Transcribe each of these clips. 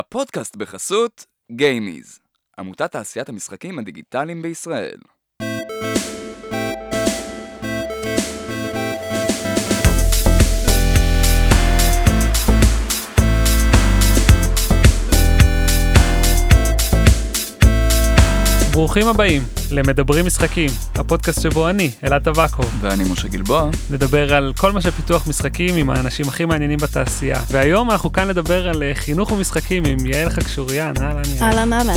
הפודקאסט בחסות גיימיז, עמותת תעשיית המשחקים הדיגיטליים בישראל. ברוכים הבאים למדברים משחקים, הפודקאסט שבו אני, אלעד טבקו, ואני משה גלבוע, נדבר על כל מה שפיתוח משחקים עם האנשים הכי מעניינים בתעשייה. והיום אנחנו כאן לדבר על חינוך ומשחקים עם יעל חקשוריאן. אהלן.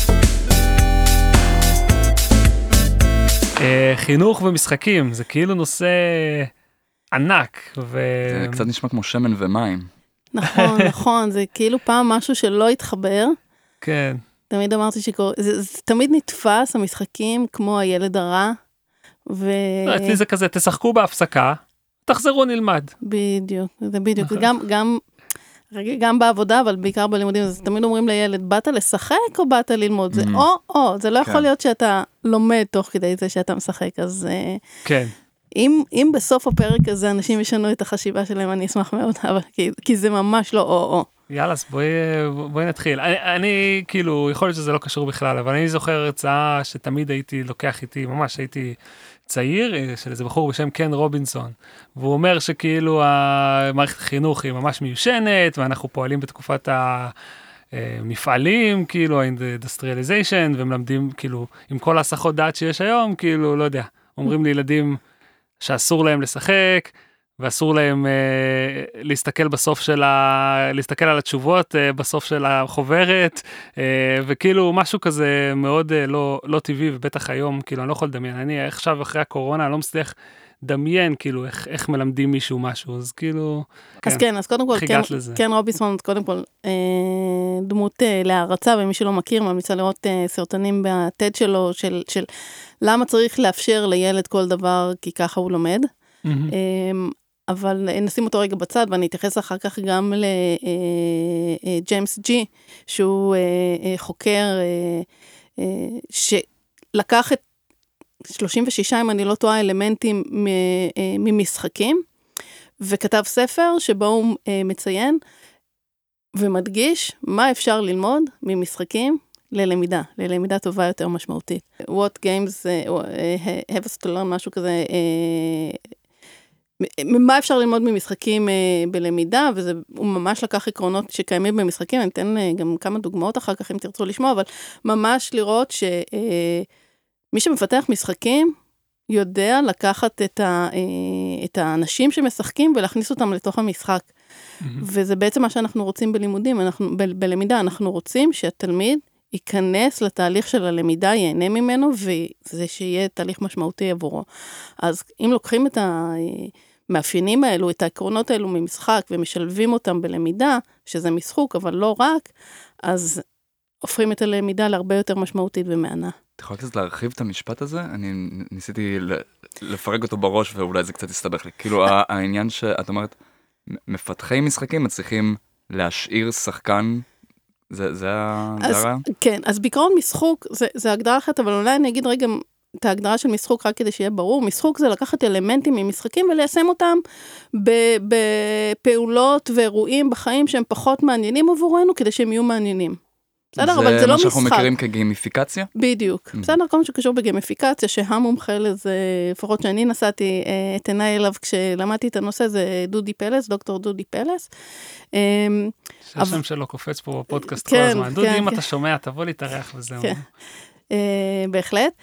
חינוך ומשחקים, זה כאילו נושא ענק. זה קצת נשמע כמו שמן ומים. נכון, זה כאילו פעם משהו שלא התחבר. כן. תמיד אמרתי זה תמיד נתפס, המשחקים, כמו הילד הרע. אצלי זה כזה, תשחקו בהפסקה, תחזרו נלמד. בדיוק, זה בדיוק. זה גם בעבודה, אבל בעיקר בלימודים, אז תמיד אומרים לילד, באת לשחק או באת ללמוד? זה זה לא יכול להיות שאתה לומד תוך כדי זה שאתה משחק, אז... כן. אם בסוף הפרק הזה אנשים ישנו את החשיבה שלהם, אני אשמח מאוד, כי זה ממש לא או. יאללה, אז בואי נתחיל. אני כאילו, יכול להיות שזה לא קשור בכלל, אבל אני זוכר הרצאה שתמיד הייתי לוקח איתי, ממש הייתי צעיר, של איזה בחור בשם קן רובינסון, והוא אומר שכאילו המערכת החינוך היא ממש מיושנת, ואנחנו פועלים בתקופת המפעלים, כאילו ה-industrialization, ומלמדים כאילו, עם כל ההסחות דעת שיש היום, כאילו, לא יודע, אומרים לילדים שאסור להם לשחק, ואסור להם להסתכל להסתכל על התשובות בסוף של החוברת, וכאילו משהו כזה מאוד לא טבעי, ובטח היום, כאילו אני לא יכול לדמיין, אני עכשיו אחרי הקורונה, אני לא מצליח דמיין, כאילו איך מלמדים מישהו משהו, אז כאילו... אז כן, אז קודם כל, כן רובינסון, קודם כל, דמות להערצה, ומי שלא מכיר, ממליצה לראות סרטונים בטד שלו, של למה צריך לאפשר לילד כל דבר, כי ככה הוא לומד. אבל נשים אותו רגע בצד, ואני אתייחס אחר כך גם לג'יימס ג'י, שהוא חוקר שלקח את 36, אם אני לא טועה, אלמנטים ממשחקים, וכתב ספר שבו הוא מציין ומדגיש מה אפשר ללמוד ממשחקים ללמידה טובה יותר משמעותית. What games have us to learn, משהו כזה... מה אפשר ללמוד ממשחקים בלמידה, והוא ממש לקח עקרונות שקיימים במשחקים, אני אתן גם כמה דוגמאות אחר כך אם תרצו לשמוע, אבל ממש לראות שמי שמפתח משחקים, יודע לקחת את האנשים שמשחקים ולהכניס אותם לתוך המשחק. וזה בעצם מה שאנחנו רוצים בלימודים, בלמידה אנחנו רוצים שהתלמיד ייכנס לתהליך של הלמידה, ייהנה ממנו, וזה שיהיה תהליך משמעותי עבורו. אז אם לוקחים את המאפיינים האלו, את העקרונות האלו ממשחק, ומשלבים אותם בלמידה, שזה משחוק, אבל לא רק, אז הופכים את הלמידה להרבה יותר משמעותית ומענה. אתה יכול קצת להרחיב את המשפט הזה? אני ניסיתי לפרק אותו בראש, ואולי זה קצת יסתבך לי. כאילו העניין שאת אומרת, מפתחי משחקים מצליחים להשאיר שחקן, זה ההגדרה? כן, אז בעיקרון משחוק, זה הגדרה אחת, אבל אולי אני אגיד רגע את ההגדרה של משחוק, רק כדי שיהיה ברור. משחוק זה לקחת אלמנטים ממשחקים וליישם אותם בפעולות ואירועים בחיים שהם פחות מעניינים עבורנו, כדי שהם יהיו מעניינים. בסדר, אבל זה לא משחק. זה מה שאנחנו מכירים כגימיפיקציה? בדיוק. בסדר, כל מה שקשור בגימיפיקציה, שהמומחה לזה, לפחות שאני נסעתי את עיניי אליו כשלמדתי את הנושא, זה דודי פלס, דוקטור דודי פלס. שהשם שלו קופץ פה בפודקאסט כל הזמן. דודי, אם אתה שומע, תבוא להתארח וזהו. בהחלט.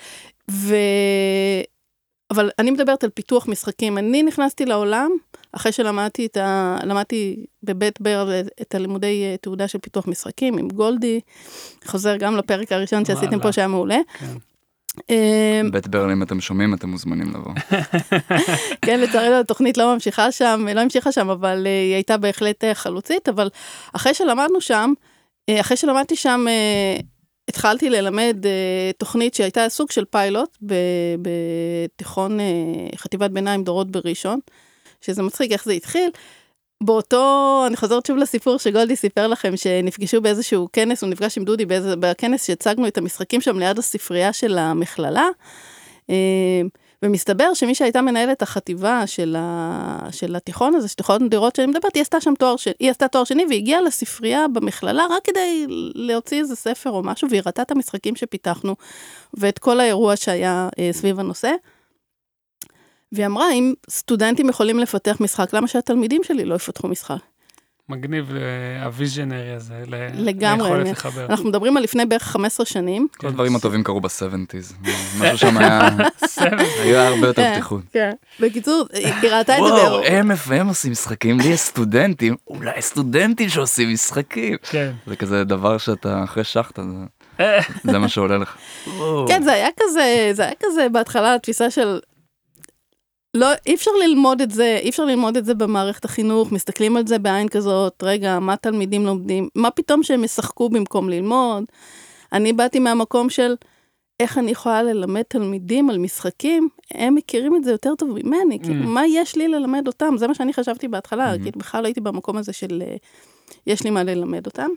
אבל אני מדברת על פיתוח משחקים. אני נכנסתי לעולם, אחרי שלמדתי בבית בר את הלימודי תעודה של פיתוח משחקים, עם גולדי, חוזר גם לפרק הראשון שעשיתם פה שהיה מעולה. בית בר, אם אתם שומעים, אתם מוזמנים לבוא. כן, לצערנו, התוכנית לא המשיכה שם, אבל היא הייתה בהחלט חלוצית, אבל אחרי שלמדתי שם, התחלתי ללמד תוכנית שהייתה סוג של פיילוט בתיכון חטיבת ביניים דורות בראשון, שזה מצחיק איך זה התחיל. אני חוזרת שוב לסיפור שגולדי סיפר לכם, שנפגשו באיזשהו כנס, הוא נפגש עם דודי בכנס שהצגנו את המשחקים שם ליד הספרייה של המכללה, ומסתבר שמי שהייתה מנהלת החטיבה של התיכון הזה, שתיכון דירות שאני מדברת, היא עשתה תואר שני, והגיעה לספרייה במכללה, רק כדי להוציא איזה ספר או משהו, והיא ראתה את המשחקים שפיתחנו, ואת כל האירוע שהיה סביב הנושא. והיא אמרה, אם סטודנטים יכולים לפתח משחק, למה שהתלמידים שלי לא יפתחו משחק? מגניב הוויז'נרי הזה, לגמרי. ליכולת לחבר. אנחנו מדברים על לפני בערך 15 שנים. כל הדברים הטובים קרו ב-70s. משהו שם היה הרבה יותר פתיחות. כן. בקיצור, היא ראתה את זה וואו, הם עושים משחקים, לי יש סטודנטים, אולי סטודנטים שעושים משחקים. כן. זה כזה דבר שאתה אחרי שחטה, זה מה שעולה לך. כן, זה היה כזה בהתחלה התפיסה של לא, אי אפשר ללמוד את זה במערכת החינוך, מסתכלים על זה בעין כזאת, רגע, מה תלמידים לומדים, מה פתאום שהם משחקו במקום ללמוד? אני באתי מהמקום של איך אני יכולה ללמד תלמידים על משחקים, הם מכירים את זה יותר טוב ממני, מה יש לי ללמד אותם? זה מה שאני חשבתי בהתחלה, כי בכלל הייתי במקום הזה של יש לי מה ללמד אותם.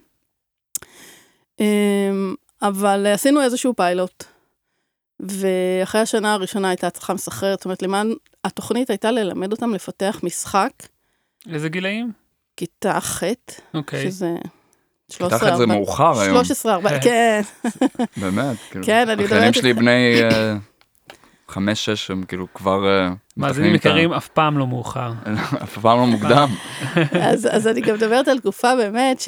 אבל עשינו איזשהו פיילוט, ואחרי השנה הראשונה הייתה הצלחה מסחררת, זאת אומרת, למען התוכנית הייתה ללמד אותם לפתח משחק. איזה גילאים? כיתה ח', שזה 13-14. כיתה ח' זה מאוחר היום. 13-14, כן. באמת, כן, אני מדברת. החיילים שלי בני 5-6, הם כאילו כבר... מאזינים יקרים, אף פעם לא מאוחר. אף פעם לא מוקדם. אז אני גם מדברת על תקופה באמת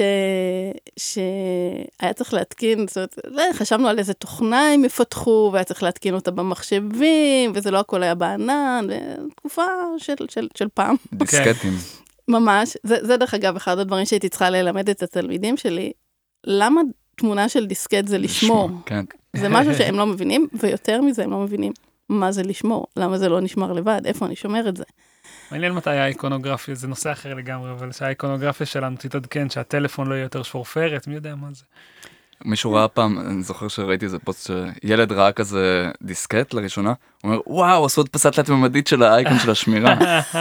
שהיה צריך להתקין, זאת אומרת, חשבנו על איזה תוכנה הם יפתחו, והיה צריך להתקין אותה במחשבים, וזה לא הכל היה בענן, תקופה של פעם. דיסקטים. ממש, זה דרך אגב אחד הדברים שהייתי צריכה ללמד את התלמידים שלי, למה תמונה של דיסקט זה לשמור? כן. זה משהו שהם לא מבינים, ויותר מזה הם לא מבינים מה זה לשמור, למה זה לא נשמר לבד, איפה אני שומר את זה. מעניין מתי האיקונוגרפיה, זה נושא אחר לגמרי, אבל שהאיקונוגרפיה שלנו תתעדכן, שהטלפון לא יהיה יותר שפורפרת, מי יודע מה זה. מישהו ראה פעם, אני זוכר שראיתי איזה פוסט שילד ראה כזה דיסקט לראשונה, הוא אומר, וואו, עשו הדפסה תלת-ממדית של האייקון של השמירה.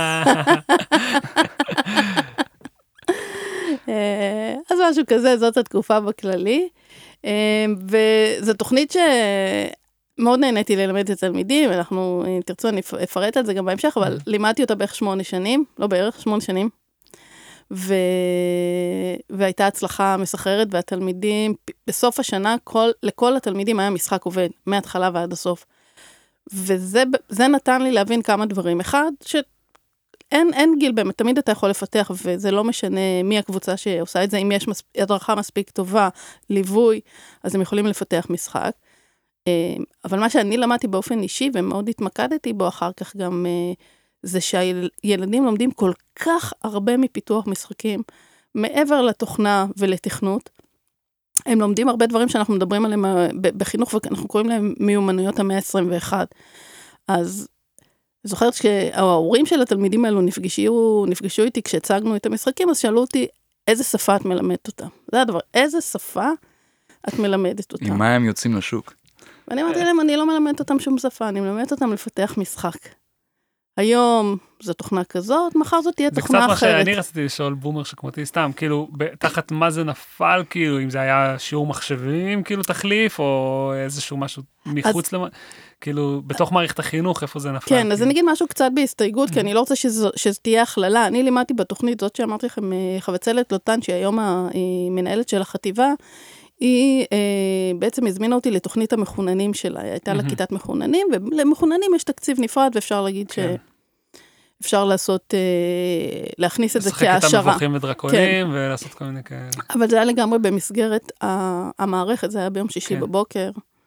אז משהו כזה, זאת התקופה בכללי, וזו תוכנית שמאוד נהניתי ללמד את התלמידים, אנחנו, אם תרצו, אני אפרט על זה גם בהמשך, אבל לימדתי אותה בערך 8 שנים, לא בערך, 8 שנים, והייתה הצלחה מסחררת, והתלמידים, בסוף השנה, לכל התלמידים היה משחק עובד, מההתחלה ועד הסוף. וזה נתן לי להבין כמה דברים. אחד, אין גיל באמת, תמיד אתה יכול לפתח, וזה לא משנה מי הקבוצה שעושה את זה, אם יש הדרכה מספיק טובה, ליווי, אז הם יכולים לפתח משחק. אבל מה שאני למדתי באופן אישי, ומאוד התמקדתי בו אחר כך גם, זה שהילדים לומדים כל כך הרבה מפיתוח משחקים, מעבר לתוכנה ולתכנות, הם לומדים הרבה דברים שאנחנו מדברים עליהם בחינוך, ואנחנו קוראים להם מיומנויות המאה ה-21. אז זוכרת שההורים של התלמידים האלו נפגשו איתי כשהצגנו את המשחקים, אז שאלו אותי, איזה שפה את מלמדת אותם? זה הדבר, איזה שפה את מלמדת אותם? עם מה הם יוצאים לשוק? ואני אמרתי להם, אני לא מלמדת אותם שום שפה, אני מלמדת אותם לפתח משחק. היום זו תוכנה כזאת, מחר זאת תהיה תוכנה אחרת. זה קצת מה שאני רציתי לשאול בומר שכמותי סתם, כאילו, תחת מה זה נפל, כאילו, אם זה היה שיעור מחשבים, כאילו, תחליף, או איזשהו משהו מחוץ כאילו, בתוך מערכת החינוך, איפה זה נפל? כן, אז אני אגיד משהו קצת בהסתייגות, כי אני לא רוצה שזה תהיה הכללה. אני לימדתי בתוכנית זאת שאמרתי לכם, חבצלת לוטן, שהיא היום המנהלת של החטיבה, היא בעצם הזמינה אותי לתוכנית המחוננים שלה. הייתה לה כיתת מחוננים, ולמחוננים יש תקציב נפרד, ואפשר להגיד אפשר לעשות, להכניס את זה כהשערה. לשחק את המבוכים ודרקונים, ולעשות כל מיני כאלה. אבל זה היה לגמרי במסגרת המערכת, זה היה ביום שישי בבוקר,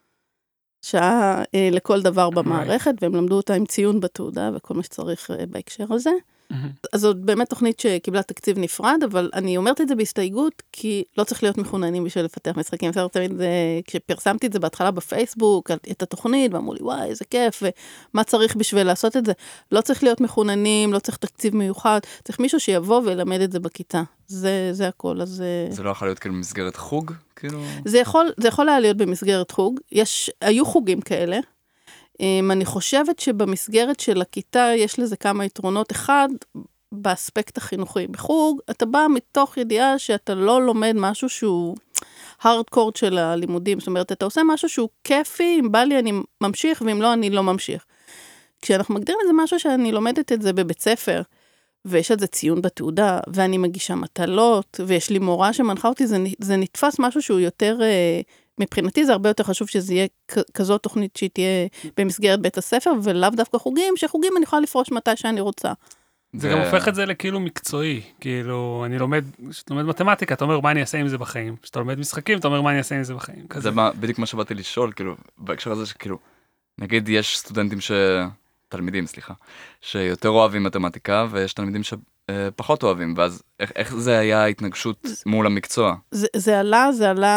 שעה לכל דבר במערכת, והם למדו אותה עם ציון בתעודה, וכל מה שצריך בהקשר הזה. אז זאת באמת תוכנית שקיבלה תקציב נפרד, אבל אני אומרת את זה בהסתייגות, כי לא צריך להיות מחוננים בשביל לפתח משחקים. כשפרסמתי את זה בהתחלה בפייסבוק, את התוכנית, ואמרו לי, וואי, איזה כיף, ומה צריך בשביל לעשות את זה? לא צריך להיות מחוננים, לא צריך תקציב מיוחד, צריך מישהו שיבוא וילמד את זה בכיתה. זה הכל, אז... זה לא יכול להיות כאילו במסגרת חוג? זה יכול היה להיות במסגרת חוג. היו חוגים כאלה, אני חושבת שבמסגרד של הכיתה יש לזה כמה יתרונות. אחד, באספקט החינוכי. בחוג, אתה בא מתוך ידיעה שאתה לא לומד משהו שהוא הארדקור של הלימודים. זאת אומרת, אתה עושה משהו שהוא כיפי, אם בא לי אני ממשיך, ואם לא, אני לא ממשיך. כשאנחנו מגדירים את זה משהו שאני לומדת את זה בבית ספר, ויש על זה ציון בתעודה, ואני מגישה מטלות, ויש לי מורה שמנחה אותי, זה נתפס משהו שהוא יותר, מבחינתי זה הרבה יותר חשוב שזה יהיה כזאת תוכנית שהיא תהיה במסגרת בית הספר, ולאו דווקא חוגים, שחוגים אני יכולה לפרוש מתי שאני רוצה. זה גם הופך את זה לכאילו מקצועי, כאילו, אני לומד, כשאתה לומד מתמטיקה, אתה אומר מה אני אעשה עם זה בחיים, כשאתה לומד משחקים, אתה אומר מה אני אעשה עם זה בחיים. זה בדיוק מה שבאתי לשאול, כאילו, בהקשר הזה שכאילו, נגיד יש סטודנטים תלמידים, סליחה, שיותר אוהבים מתמטיקה, ויש תלמידים שפחות אוהבים, ואז איך זה היה ההתנגשות מול המקצוע? זה עלה,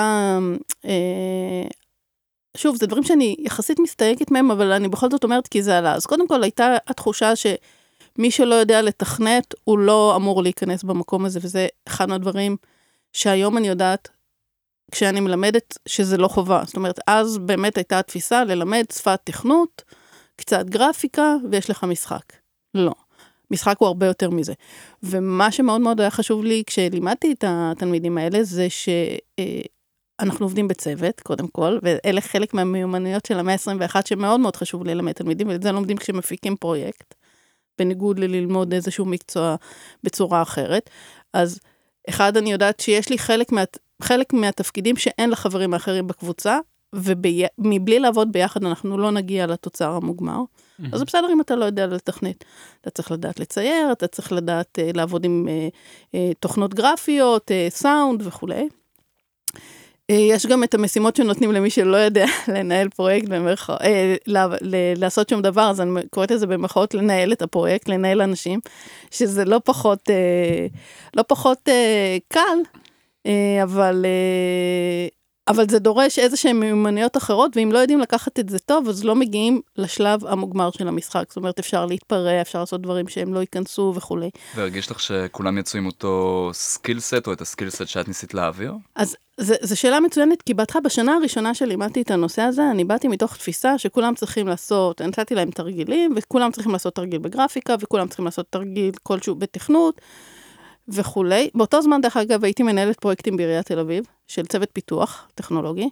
שוב, זה דברים שאני יחסית מסתייגת מהם, אבל אני בכל זאת אומרת כי זה עלה. אז קודם כל הייתה התחושה שמי שלא יודע לתכנת, הוא לא אמור להיכנס במקום הזה, וזה אחד מהדברים שהיום אני יודעת, כשאני מלמדת שזה לא חובה. זאת אומרת, אז באמת הייתה התפיסה ללמד שפת תכנות, קצת גרפיקה, ויש לך משחק. לא. משחק הוא הרבה יותר מזה. ומה שמאוד מאוד היה חשוב לי, כשלימדתי את התלמידים האלה, זה שאנחנו עובדים בצוות, קודם כל, ואלה חלק מהמיומנויות של המאה ה-21, שמאוד מאוד חשוב ללמד תלמידים, ואת זה לומדים כשמפיקים פרויקט, בניגוד ללמוד איזשהו מקצוע בצורה אחרת. אז אחד, אני יודעת שיש לי חלק מהתפקידים שאין לחברים האחרים בקבוצה, ומבלי לעבוד ביחד אנחנו לא נגיע לתוצר המוגמר. אז זה בסדר אם אתה לא יודע לתכנת. אתה צריך לדעת לצייר, אתה צריך לדעת לעבוד עם תוכנות גרפיות, סאונד וכו'. יש גם את המשימות שנותנים למי שלא יודע לנהל פרויקט, לעשות שום דבר, אז אני קוראת את זה במרכאות לנהל את הפרויקט, לנהל אנשים, שזה לא פחות קל, אבל זה דורש איזשהם מיומנויות אחרות, ואם לא יודעים לקחת את זה טוב, אז לא מגיעים לשלב המוגמר של המשחק. זאת אומרת, אפשר להתפרע, אפשר לעשות דברים שהם לא ייכנסו וכו'. והרגיש לך שכולם יצאו עם אותו סקילסט, או את הסקילסט שאת ניסית להעביר? אז זו שאלה מצוינת, כי בהתחלה, בשנה הראשונה שלימדתי את הנושא הזה, אני באתי מתוך תפיסה שכולם צריכים לעשות, אני נתתי להם תרגילים, וכולם צריכים לעשות תרגיל בגרפיקה, וכולם צריכים לעשות תרגיל כלשהו בתכנות, וכולי. באותו זמן, דרך אגב, הייתי מנהלת פרויקטים בעיריית תל אביב, של צוות פיתוח טכנולוגי,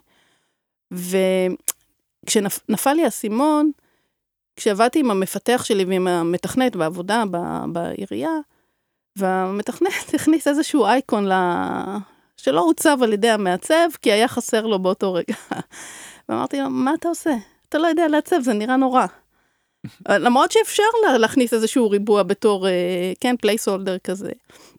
וכשנפל לי הסימון, כשעבדתי עם המפתח שלי ועם המתכנת בעבודה בעירייה, והמתכנת הכניס איזשהו אייקון שלא הוצב על ידי המעצב, כי היה חסר לו באותו רגע. ואמרתי לו, מה אתה עושה? אתה לא יודע לעצב, זה נראה נורא. למרות שאפשר להכניס איזשהו ריבוע בתור, כן, פלייסהולדר כזה.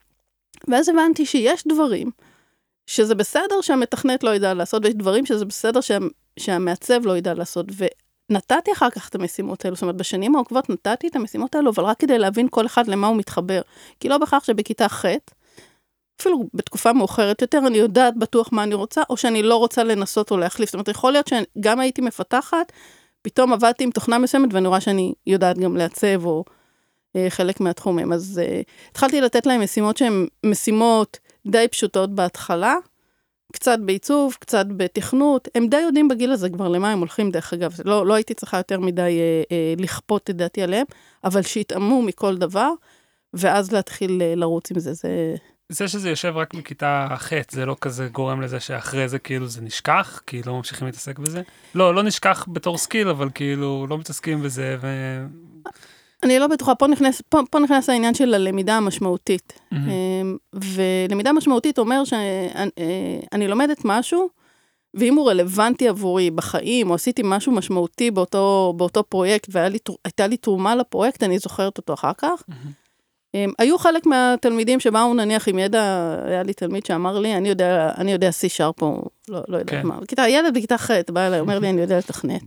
ואז הבנתי שיש דברים שזה בסדר שהמתכנת לא ידע לעשות, ויש דברים שזה בסדר שהמעצב לא ידע לעשות, ונתתי אחר כך את המשימות האלו, זאת אומרת, בשנים העוקבות נתתי את המשימות האלו, אבל רק כדי להבין כל אחד למה הוא מתחבר, כי לא בכך שבכיתה ח', אפילו בתקופה מאוחרת יותר, אני יודעת בטוח מה אני רוצה, או שאני לא רוצה לנסות או להחליף, זאת אומרת, יכול להיות שגם הייתי מפתחת, פתאום עבדתי עם תוכנה מסוימת, ואני רואה שאני יודעת גם לעצב, או חלק מהתחומים, אז התחלתי לתת להם משימות שהן משימות די פשוטות בהתחלה, קצת בעיצוב, קצת בתכנות, הם די יודעים בגיל הזה כבר למה הם הולכים דרך אגב, לא הייתי צריכה יותר מדי לכפות את דעתי עליהם, אבל שהתאמו מכל דבר, ואז להתחיל לרוץ עם זה, זה שזה יושב רק מכיתה ח' זה לא כזה גורם לזה שאחרי זה כאילו זה נשכח, כי לא ממשיכים להתעסק בזה? לא נשכח בתור סקיל, אבל כאילו לא מתעסקים בזה אני לא בטוחה, פה נכנס העניין של הלמידה המשמעותית. ולמידה משמעותית אומר שאני לומדת משהו, ואם הוא רלוונטי עבורי בחיים, או עשיתי משהו משמעותי באותו פרויקט, והייתה לי תרומה לפרויקט, אני זוכרת אותו אחר כך. היו חלק מהתלמידים שבאו נניח עם ידע, היה לי תלמיד שאמר לי, אני יודע C# פה, לא יודע מה. ילד בכיתה ח' בא אליי, אומר לי, אני יודע לתכנת.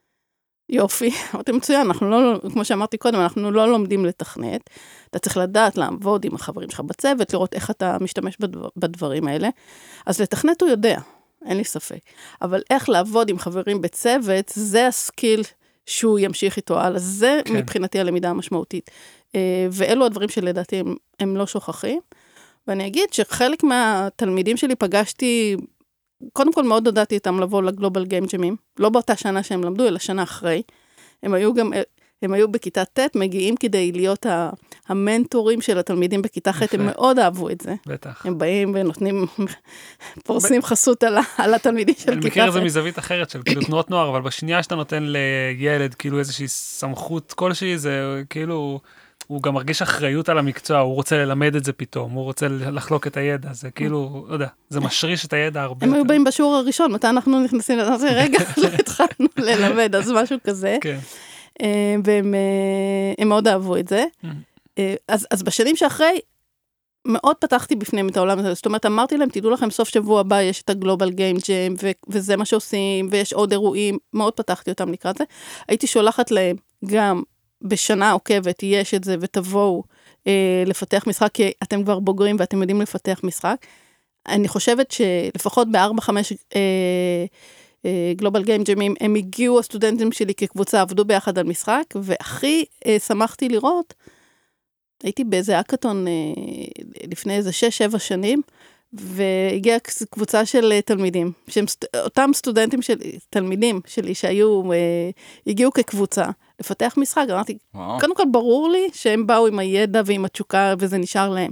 יופי, אמרתי מצוין, אנחנו לא, כמו שאמרתי קודם, אנחנו לא לומדים לתכנת, אתה צריך לדעת לעבוד עם החברים שלך בצוות, לראות איך אתה משתמש בדברים האלה, אז לתכנת הוא יודע, אין לי ספק, אבל איך לעבוד עם חברים בצוות, זה הסקיל שהוא ימשיך איתו הלאה, זה כן. מבחינתי הלמידה המשמעותית, ואלו הדברים שלדעתי הם לא שוכחים, ואני אגיד שחלק מהתלמידים שלי פגשתי, קודם כל מאוד הודעתי איתם לבוא לגלובל גיים ג'מים, לא באותה שנה שהם למדו, אלא שנה אחרי. הם היו גם, הם היו בכיתה ט', מגיעים כדי להיות המנטורים של התלמידים בכיתה ח', הם מאוד אהבו את זה. בטח. הם באים ונותנים, פורסים חסות על התלמידים של כיתה ח'. אני מכיר את זה מזווית אחרת של כאילו תנועות נוער, אבל בשנייה שאתה נותן לילד כאילו איזושהי סמכות כלשהי, זה כאילו, הוא גם מרגיש אחריות על המקצוע, הוא רוצה ללמד את זה פתאום, הוא רוצה לחלוק את הידע, זה כאילו, לא יודע, זה משריש את הידע הרבה. הם היו באים בשיעור הראשון, מתי אנחנו נכנסים לזה, רגע, לא התחלנו ללמד, אז משהו כזה. כן. והם מאוד אהבו את זה. אז בשנים שאחרי, מאוד פתחתי בפניהם את העולם הזה, זאת אומרת, אמרתי להם, תדעו לכם, סוף שבוע הבא יש את הגלובל גיים ג'ם, וזה מה שעושים, ויש עוד אירועים, מאוד פתחתי אותם לקראת זה. הייתי שולחת להם גם בשנה עוקבת, יש את זה, ותבואו לפתח משחק, כי אתם כבר בוגרים ואתם יודעים לפתח משחק. אני חושבת שלפחות ב4-5 גלובל גיים ג'מים, הם הגיעו הסטודנטים שלי כקבוצה, עבדו ביחד על משחק, והכי שמחתי לראות, הייתי באיזה אקאטון לפני איזה 6-7 שנים, והגיעה קבוצה של תלמידים, אותם סטודנטים תלמידים שלי הגיעו כקבוצה לפתח משחק, אמרתי, קודם כל ברור לי שהם באו עם הידע ועם התשוקה, וזה נשאר להם.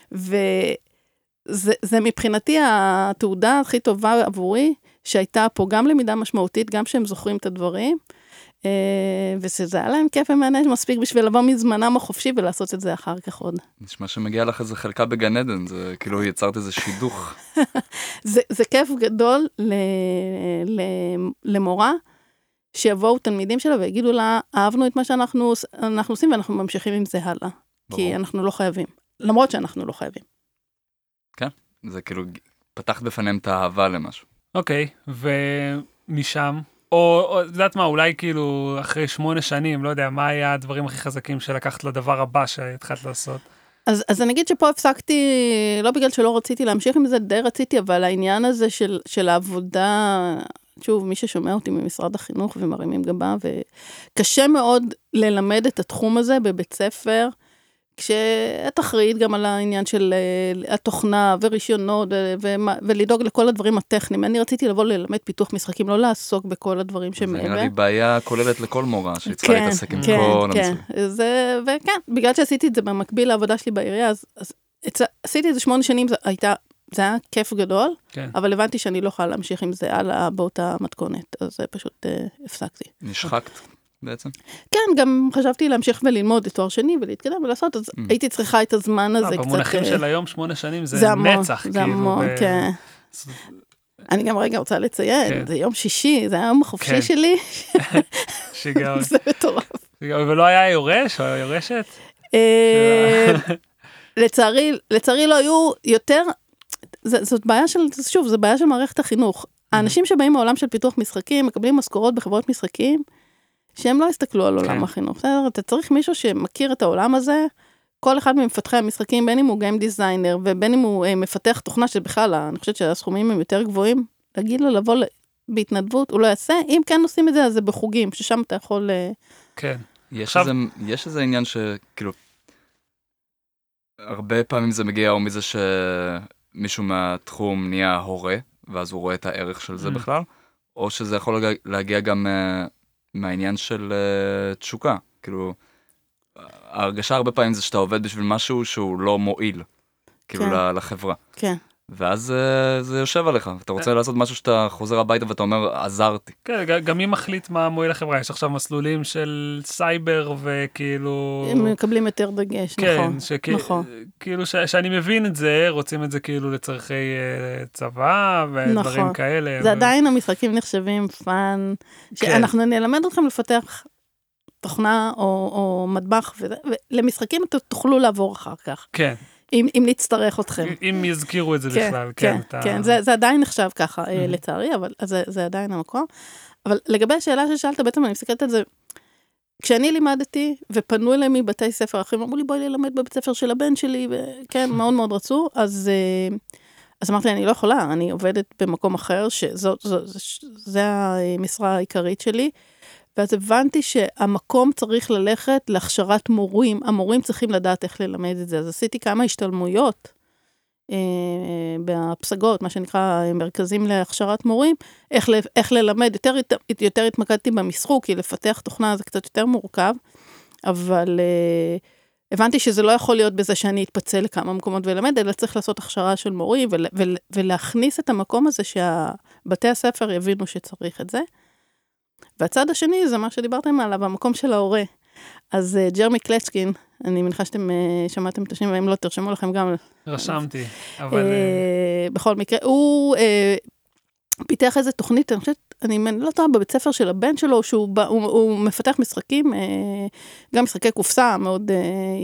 וזה מבחינתי התעודה הכי טובה עבורי, שהייתה פה גם למידה משמעותית, גם שהם זוכרים את הדברים, וזה היה להם כיף ומעניין מספיק בשביל לבוא מזמנם החופשי ולעשות את זה אחר כך עוד. נשמע שמגיע לך איזה חלקה בגן עדן, זה כאילו יצרת איזה שידוך. זה כיף גדול למורה, שיבואו תלמידים שלה ויגידו לה, אהבנו את מה שאנחנו עושים, ואנחנו ממשיכים עם זה הלאה. כי אנחנו לא חייבים. למרות שאנחנו לא חייבים. כן, זה כאילו פתח בפניהם את האהבה למשהו. אוקיי, ומשם, או יודעת מה, אולי כאילו אחרי 8 שנים, לא יודע, מה היה הדברים הכי חזקים שלקחת לדבר הבא שהתחלת לעשות? אז אני אגיד שפה הפסקתי, לא בגלל שלא רציתי להמשיך עם זה, די רציתי, אבל העניין הזה של העבודה, שוב, מי ששומע אותי ממשרד החינוך ומרימים גבה, וקשה מאוד ללמד את התחום הזה בבית ספר, כשאת אחראית גם על העניין של התוכנה ורישיונות, ולדאוג לכל הדברים הטכניים. אני רציתי לבוא ללמד פיתוח משחקים, לא לעסוק בכל הדברים שמעבר. זה נראה לי בעיה כוללת לכל מורה, שצריכה להתעסק עם כל המשחקים. וכן, בגלל שעשיתי את זה במקביל לעבודה שלי בעירייה, אז עשיתי את זה 8 שנים, זה היה כיף גדול, אבל הבנתי שאני לא יכולה להמשיך עם זה הלאה באותה מתכונת, אז פשוט הפסקתי. נשחקת בעצם? כן, גם חשבתי להמשיך וללמוד לתואר שני ולהתקדם ולעשות, אז הייתי צריכה את הזמן הזה קצת. במונחים של היום 8 שנים זה נצח. זה המון, כן. אני גם רגע רוצה לציין, זה יום שישי, זה היום החופשי שלי. שיגעון. זה מטורף. ולא היה יורש או יורשת? לצערי לא היו יותר, זאת בעיה של, שוב, זו בעיה של מערכת החינוך. האנשים שבאים מעולם של פיתוח משחקים, מקבלים משכורות בחברות משחקים, שהם לא הסתכלו על עולם החינוך. אתה צריך מישהו שמכיר את העולם הזה, כל אחד ממפתחי המשחקים, בין אם הוא גיים דיזיינר, ובין אם הוא מפתח תוכנה שבכלל, אני חושבת שהסכומים הם יותר גבוהים, להגיד לו לבוא בהתנדבות, הוא לא יעשה, אם כן עושים את זה, אז זה בחוגים, ששם אתה יכול... כן. יש איזה עניין שכאילו, הרבה פעמים זה מגיע או מזה שמישהו מהתחום נהיה הורה, ואז הוא רואה את הערך של זה בכלל, או שזה יכול להגיע גם מהעניין של תשוקה. כאילו, ההרגשה הרבה פעמים זה שאתה עובד בשביל משהו שהוא לא מועיל, כאילו לחברה. כן. ואז זה יושב עליך, אתה רוצה לעשות משהו שאתה חוזר הביתה ואתה אומר, עזרתי. כן, גם מי מחליט מה מועיל לחברה, יש עכשיו מסלולים של סייבר וכאילו... הם מקבלים יותר דגש, נכון. כן, כאילו שאני מבין את זה, רוצים את זה כאילו לצרכי צבא ודברים כאלה. זה עדיין המשחקים נחשבים פאן, שאנחנו נלמד אתכם לפתח תוכנה או מטבח, ולמשחקים אתם תוכלו לעבור אחר כך. כן. אם נצטרך אתכם. אם יזכירו את זה בכלל, כן. כן, זה עדיין נחשב ככה, לצערי, אבל זה עדיין המקום. אבל לגבי השאלה ששאלת, בעצם אני מסתכלת על זה, כשאני לימדתי, ופנו אליי מבתי ספר אחרים, אמרו לי, בואי ללמד בבית ספר של הבן שלי, וכן, מאוד מאוד רצו, אז אמרתי, אני לא יכולה, אני עובדת במקום אחר, שזה המשרה העיקרית שלי, ואז הבנתי שהמקום צריך ללכת להכשרת מורים, המורים צריכים לדעת איך ללמד את זה, אז עשיתי כמה השתלמויות בפסגות, מה שנקרא מרכזים להכשרת מורים, איך ללמד, יותר התמקדתי במשחוק, כי לפתח תוכנה זה קצת יותר מורכב, אבל הבנתי שזה לא יכול להיות בזה שאני אתפצל לכמה מקומות ולמד, אלא צריך לעשות הכשרה של מורים, ולהכניס את המקום הזה שהבתי הספר יבינו שצריך את זה. והצד השני זה מה שדיברתם עליו, המקום של ההורה. אז ג'רמי קלצ'קין, אני מניחה שאתם שמעתם את השם, ואם לא תרשמו לכם גם. רשמתי, אבל... בכל מקרה, הוא פיתח איזו תוכנית, אני לא טועה, בבית ספר של הבן שלו, שהוא מפתח משחקים, גם משחקי קופסה, מאוד...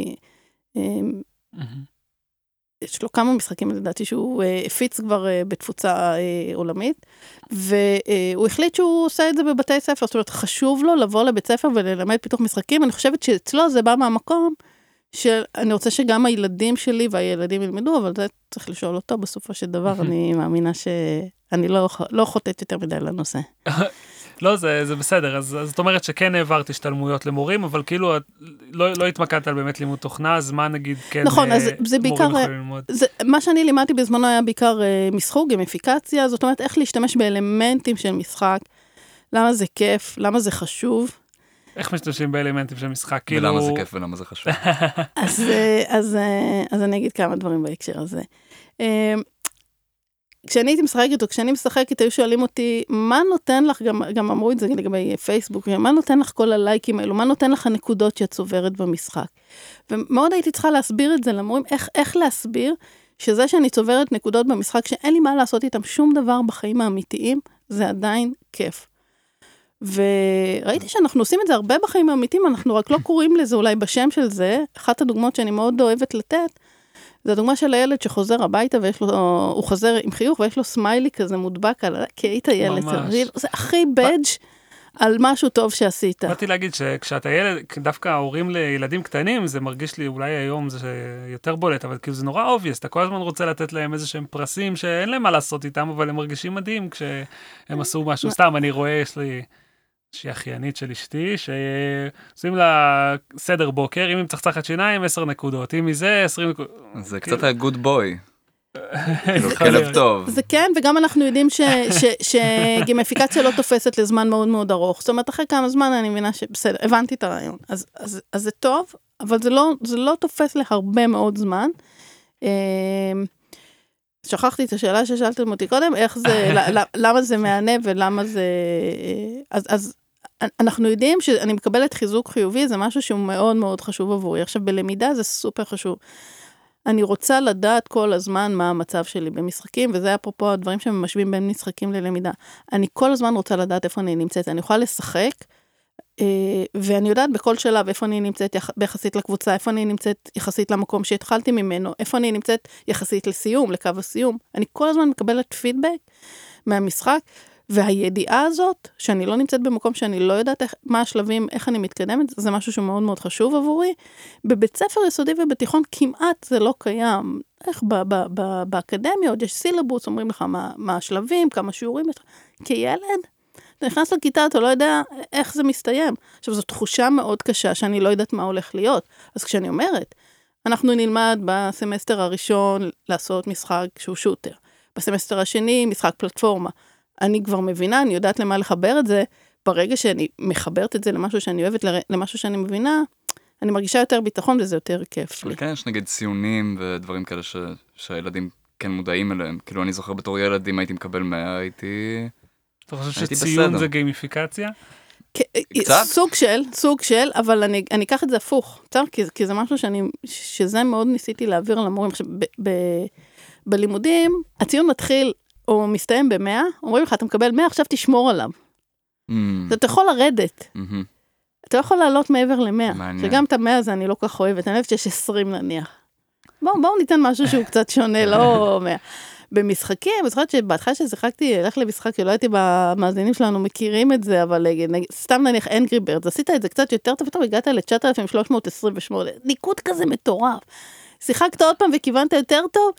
יש לו כמה משחקים, לדעתי, שהוא הפיץ כבר בתפוצה עולמית, והוא החליט שהוא עושה את זה בבתי ספר, זאת אומרת, חשוב לו לבוא לבית ספר וללמד פיתוח משחקים, אני חושבת שאצלו זה בא מהמקום, שאני רוצה שגם הילדים שלי והילדים ילמדו, אבל זה צריך לשאול אותו בסופו של דבר, אני מאמינה שאני לא חוטאת יותר מדי לנושא. לא, זה בסדר, אז זאת אומרת שכן העברתי השתלמויות למורים, אבל כאילו לא התמקדת על באמת לימוד תוכנה, אז מה נגיד כן נכון, אז זה בעיקר, מורים יכולים ללמוד? מה שאני לימדתי בזמנו היה בעיקר משחוק, גמיפיקציה, זאת אומרת איך להשתמש באלמנטים של משחק, למה זה כיף, למה זה חשוב. איך משתמשים באלמנטים של משחק? ולמה זה כיף ולמה זה חשוב. אז אני אגיד כמה דברים בהקשר הזה. כשאני הייתי משחקת, או כשאני משחקת, היו שואלים אותי, מה נותן לך, גם אמרו את זה לגבי פייסבוק, מה נותן לך כל הלייקים האלו, מה נותן לך הנקודות שאת צוברת במשחק? ומאוד הייתי צריכה להסביר את זה, למורים, איך להסביר שזה שאני צוברת נקודות במשחק, שאין לי מה לעשות איתם שום דבר בחיים האמיתיים, זה עדיין כיף. וראיתי שאנחנו עושים את זה הרבה בחיים האמיתיים, אנחנו רק לא קוראים לזה אולי בשם של זה, אחת הדוגמאות שאני מאוד אוהבת לתת, זו הדוגמה של הילד שחוזר הביתה, הוא חוזר עם חיוך, ויש לו סמיילי כזה מודבק על, כי היית ילד, זה הכי בדג' על משהו טוב שעשית. באתי להגיד שכשאתה ילד, דווקא ההורים לילדים קטנים, זה מרגיש לי, אולי היום זה יותר בולט, אבל כאילו זה נורא obvious, אתה כל הזמן רוצה לתת להם איזה שהם פרסים, שאין להם מה לעשות איתם, אבל הם מרגישים מדהים כשהם עשו משהו. סתם, אני רואה, יש לי... שהיא אחיינית של אשתי, שעושים לה סדר בוקר, אם היא מצחצחת שיניים, 10 נקודות, אם מזה 20 נקודות. זה קצת הגוד בוי. כלב טוב. זה כן, וגם אנחנו יודעים שגימיפיקציה לא תופסת לזמן מאוד מאוד ארוך. זאת אומרת, אחרי כמה זמן אני מבינה שבסדר, הבנתי את הרעיון. אז זה טוב, אבל זה לא תופס להרבה מאוד זמן. שכחתי את השאלה ששאלתם אותי קודם, איך זה, למה זה מענה ולמה זה... אז אנחנו יודעים שאני מקבלת חיזוק חיובי, זה משהו שהוא מאוד מאוד חשוב עבורי. עכשיו, בלמידה זה סופר חשוב. אני רוצה לדעת כל הזמן מה המצב שלי במשחקים, וזה אפרופו הדברים שמשווים בין משחקים ללמידה. אני כל הזמן רוצה לדעת איפה אני נמצאת. אני יכולה לשחק, ואני יודעת בכל שלב איפה אני נמצאת יחסית לקבוצה, איפה אני נמצאת יחסית למקום שהתחלתי ממנו, איפה אני נמצאת יחסית לסיום, לקו הסיום. אני כל הזמן מקבלת פידבק מהמשחק, והידיעה הזאת, שאני לא נמצאת במקום שאני לא יודעת מה השלבים, איך אני מתקדמת, זה משהו שהוא מאוד מאוד חשוב עבורי. בבית ספר יסודי ובתיכון כמעט זה לא קיים. איך באקדמיה עוד יש סילבוס, אומרים לך מה השלבים, כמה שיעורים. כילד, אתה נכנס לכיתה, אתה לא יודע איך זה מסתיים. עכשיו, זו תחושה מאוד קשה שאני לא יודעת מה הולך להיות. אז כשאני אומרת, אנחנו נלמד בסמסטר הראשון לעשות משחק שהוא שוטר. בסמסטר השני, משחק פלטפורמה. אני כבר מבינה, אני יודעת למה לחבר את זה, ברגע שאני מחברת את זה למשהו שאני אוהבת, למשהו שאני מבינה, אני מרגישה יותר ביטחון וזה יותר כיף לי. כן, יש נגיד ציונים ודברים כאלה שהילדים כן מודעים אליהם. כאילו אני זוכר בתור ילד, אם הייתי מקבל 100, הייתי... אתה חושב שציון זה גיימיפיקציה? קצת? סוג של, אבל אני אקח את זה הפוך, כי זה משהו שזה מאוד ניסיתי להעביר למורים. עכשיו, בלימודים, הציון מתחיל או מסתיים ב100, אומרים לך, אתה מקבל 100, עכשיו תשמור עליו. אתה יכול לרדת. אתה יכול לעלות מעבר ל100. שגם את ה100 הזה אני לא כך אוהבת, אני אוהבת שיש 20 נניח. בואו ניתן משהו שהוא קצת שונה, לא 100. במשחקים, אני זוכרת שבהתחלה ששיחקתי, הלך למשחק, שלא הייתי במאזינים שלנו מכירים את זה, אבל סתם נניח Angry Birds, עשית את זה קצת יותר טוב, הגעת ל-9,328, ניקוד כזה מטורף. שיחקת עוד פעם וכיוונת יותר טוב,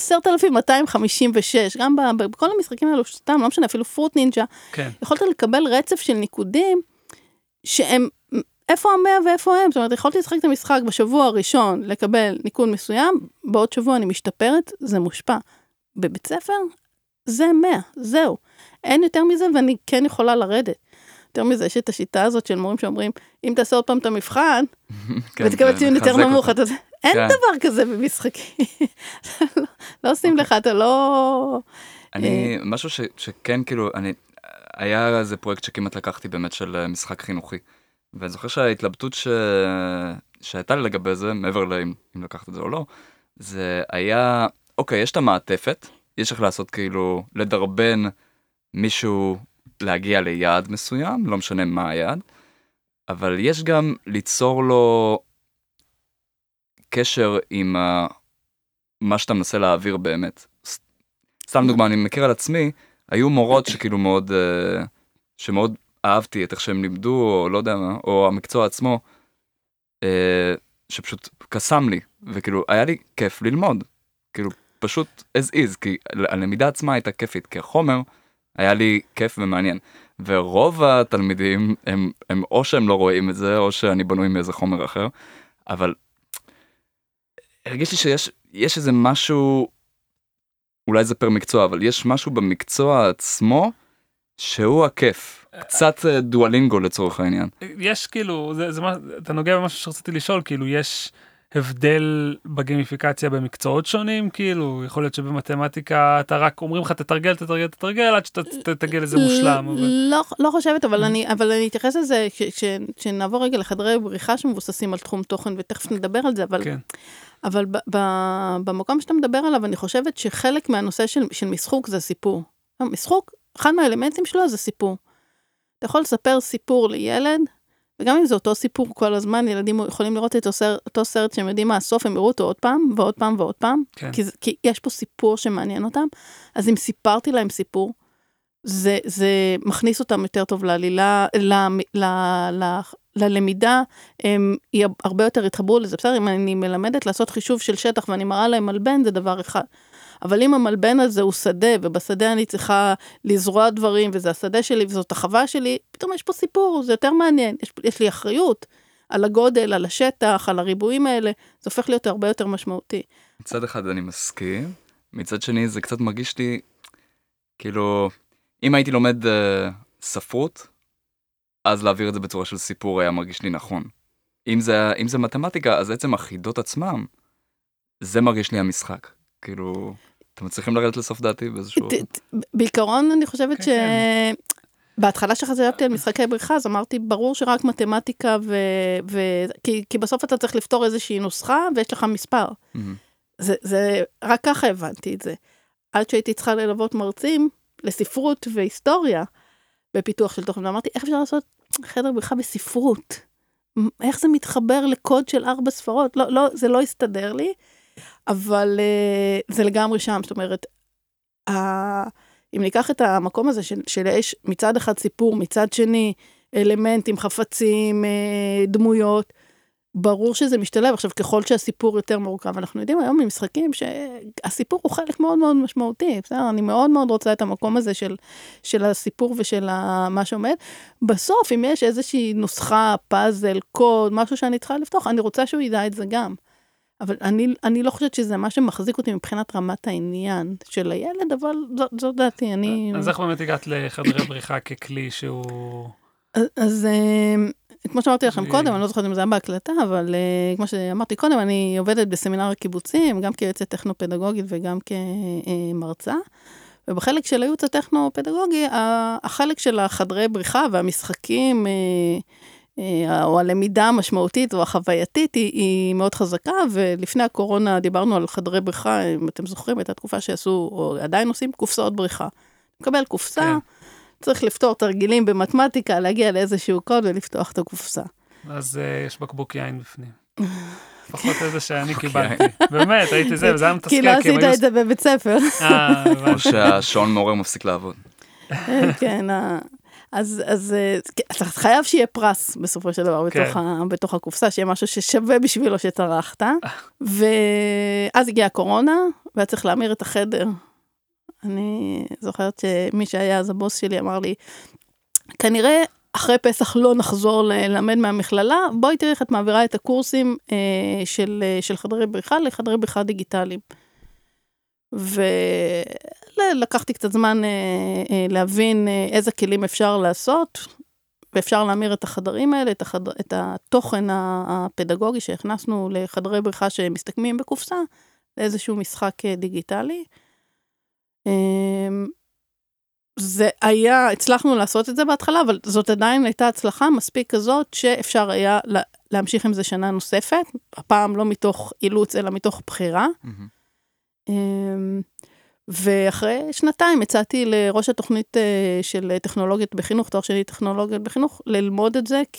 10,256, גם בכל המשחקים האלו, סתם, לא משנה, אפילו פרוט נינג'ה, יכולת לקבל רצף של ניקודים, שהם איפה 100 ואיפה הם? זאת אומרת, יכולתי לשחק את המשחק בשבוע הראשון, לקבל ניקוד מסוים, בעוד שבוע אני משתפרת, זה מושפע. בבית ספר, זה 100, זהו. אין יותר מזה, ואני כן יכולה לרדת. יותר מזה, יש את השיטה הזאת של מורים שאומרים, אם תעשה עוד פעם את המבחן, ותקבל ציון יותר נמוך, אין דבר כזה במשחקים. לא עושים לך, אתה לא... אני, משהו שכן, כאילו, היה איזה פרויקט שכמעט לקחתי באמת של משחק חינוכי, ואני זוכר שההתלבטות שהייתה לי לגבי זה, מעבר לאם לקחת את זה או לא, זה היה, אוקיי, יש את המעטפת, יש איך לעשות כאילו, לדרבן מישהו להגיע ליעד מסוים, לא משנה מה היעד, אבל יש גם ליצור לו קשר עם מה שאתה מנסה להעביר באמת. סתם דוגמה, אני מכיר על עצמי, היו מורות שכאילו מאוד, שמאוד אהבתי את איך שהם לימדו, או לא יודע מה, או המקצוע עצמו, שפשוט קסם לי, וכאילו היה לי כיף ללמוד, כאילו פשוט as is, כי הלמידה עצמה הייתה כיפית, כי החומר היה לי כיף ומעניין, ורוב התלמידים הם או שהם לא רואים את זה, או שאני בנוי מאיזה חומר אחר, אבל הרגיש לי שיש איזה משהו, אולי זה פר מקצוע, אבל יש משהו במקצוע עצמו, שהוא הכיף. קצת דואלינגו לצורך העניין. יש כאילו, אתה נוגע במשהו שרציתי לשאול, כאילו יש הבדל בגמיפיקציה במקצועות שונים, כאילו יכול להיות שבמתמטיקה אתה רק אומרים לך תתרגל, עד שאתה תגיע לזה מושלם. לא חושבת, אבל אני אתייחס לזה, כשנעבור רגע לחדרי בריחה שמבוססים על תחום תוכן, ותכף נדבר על זה, אבל במקום שאתה מדבר עליו, אני חושבת שחלק מהנושא של משחוק זה סיפור. משחוק, אחד מהאלמנטים שלו זה סיפור. אתה יכול לספר סיפור לילד, וגם אם זה אותו סיפור כל הזמן, ילדים יכולים לראות את אותו סרט שהם יודעים מה הסוף, הם יראו אותו עוד פעם, ועוד פעם ועוד פעם, כן. כי יש פה סיפור שמעניין אותם, אז אם סיפרתי להם סיפור, זה מכניס אותם יותר טוב לעלילה, ללמידה, הם הרבה יותר התחברו לזה, בסדר, אם אני מלמדת לעשות חישוב של שטח, ואני מראה להם מלבן, זה דבר אחד. אבל אם המלבן הזה הוא שדה, ובשדה אני צריכה לזרוע דברים, וזה השדה שלי, וזאת החווה שלי, פתאום יש פה סיפור, זה יותר מעניין. יש לי אחריות על הגודל, על השטח, על הריבועים האלה, זה הופך להיות הרבה יותר משמעותי. מצד אחד אני מסכים, מצד שני זה קצת מרגיש לי, כאילו, אם הייתי לומד ספרות, אז להעביר את זה בצורה של סיפור היה מרגיש לי נכון. אם זה מתמטיקה, אז עצם החידות עצמם, זה מרגיש לי המשחק. כאילו, אתם מצליחים לרדת לסוף דעתי באיזשהו... בעיקרון אני חושבת בהתחלה שחזרתי על משחקי בריחה, אז אמרתי, ברור שרק מתמטיקה, כי בסוף אתה צריך לפתור איזושהי נוסחה, ויש לך מספר. זה רק ככה הבנתי את זה. עד שהייתי צריכה ללוות מרצים לספרות והיסטוריה, בפיתוח של תוכן, ואמרתי, איך אפשר לעשות חדר בריחה בספרות? איך זה מתחבר לקוד של 4 ספרות? לא, זה לא הסתדר לי, אבל זה לגמרי שם, זאת אומרת, אם ניקח את המקום הזה שיש מצד אחד סיפור, מצד שני אלמנטים, חפצים, דמויות, ברור שזה משתלב. עכשיו, ככל שהסיפור יותר מורכב, אנחנו יודעים היום ממשחקים שהסיפור הוא חלק מאוד מאוד משמעותי, בסדר? אני מאוד מאוד רוצה את המקום הזה של הסיפור ושל מה שעומד. בסוף, אם יש איזושהי נוסחה, פאזל, קוד, משהו שאני צריכה לפתוח, אני רוצה שהוא ידע את זה גם. אבל אני לא חושבת שזה מה שמחזיק אותי מבחינת רמת העניין של הילד, אבל זו דעתי, אז איך באמת הגעת לחדרי בריחה ככלי שהוא... אז כמו שאמרתי לכם קודם, אני לא זוכרת אם זה היה בהקלטה, אבל כמו שאמרתי קודם, אני עובדת בסמינר הקיבוצים, גם כיועצת טכנו-פדגוגית וגם כמרצה, ובחלק של הייעוץ הטכנו-פדגוגי, החלק של החדרי בריחה והמשחקים, או הלמידה המשמעותית או החווייתית היא מאוד חזקה, ולפני הקורונה דיברנו על חדרי בריחה, אם אתם זוכרים, את התקופה שעשו, או עדיין עושים קופסאות בריחה. מקבל קופסה, צריך לפתור תרגילים במתמטיקה, להגיע לאיזשהו קוד ולפתוח את הקופסה. אז יש בקבוק יין בפנים. לפחות איזה שאני קיבלתי. באמת, הייתי זה, וזה היה מתסכל. כי לא עשית את זה בבית ספר. או שהשעון מעורר מפסיק לעבוד. כן, אז אתה חייב שיהיה פרס בסופו של דבר בתוך הקופסה, שיהיה משהו ששווה בשבילו שצרכת, ואז הגיעה הקורונה, והיה צריך להמיר את החדר. אני זוכרת שמי שהיה אז הבוס שלי אמר לי, כנראה אחרי פסח לא נחזור ללמד מהמכללה, בואי תראי איך את מעבירה את הקורסים של חדרי בריחה לחדרי בריחה דיגיטליים. ולקחתי קצת זמן להבין איזה כלים אפשר לעשות, ואפשר להמיר את החדרים האלה, את התוכן הפדגוגי שהכנסנו לחדרי בריחה שמסתכמים בקופסה, לאיזשהו משחק דיגיטלי. הצלחנו לעשות את זה בהתחלה, אבל זאת עדיין הייתה הצלחה מספיק כזאת, שאפשר היה להמשיך עם זה שנה נוספת, הפעם לא מתוך אילוץ, אלא מתוך בחירה. ואחרי שנתיים הצעתי לראש התוכנית של טכנולוגיות בחינוך, תואר שני טכנולוגיות בחינוך, ללמוד את זה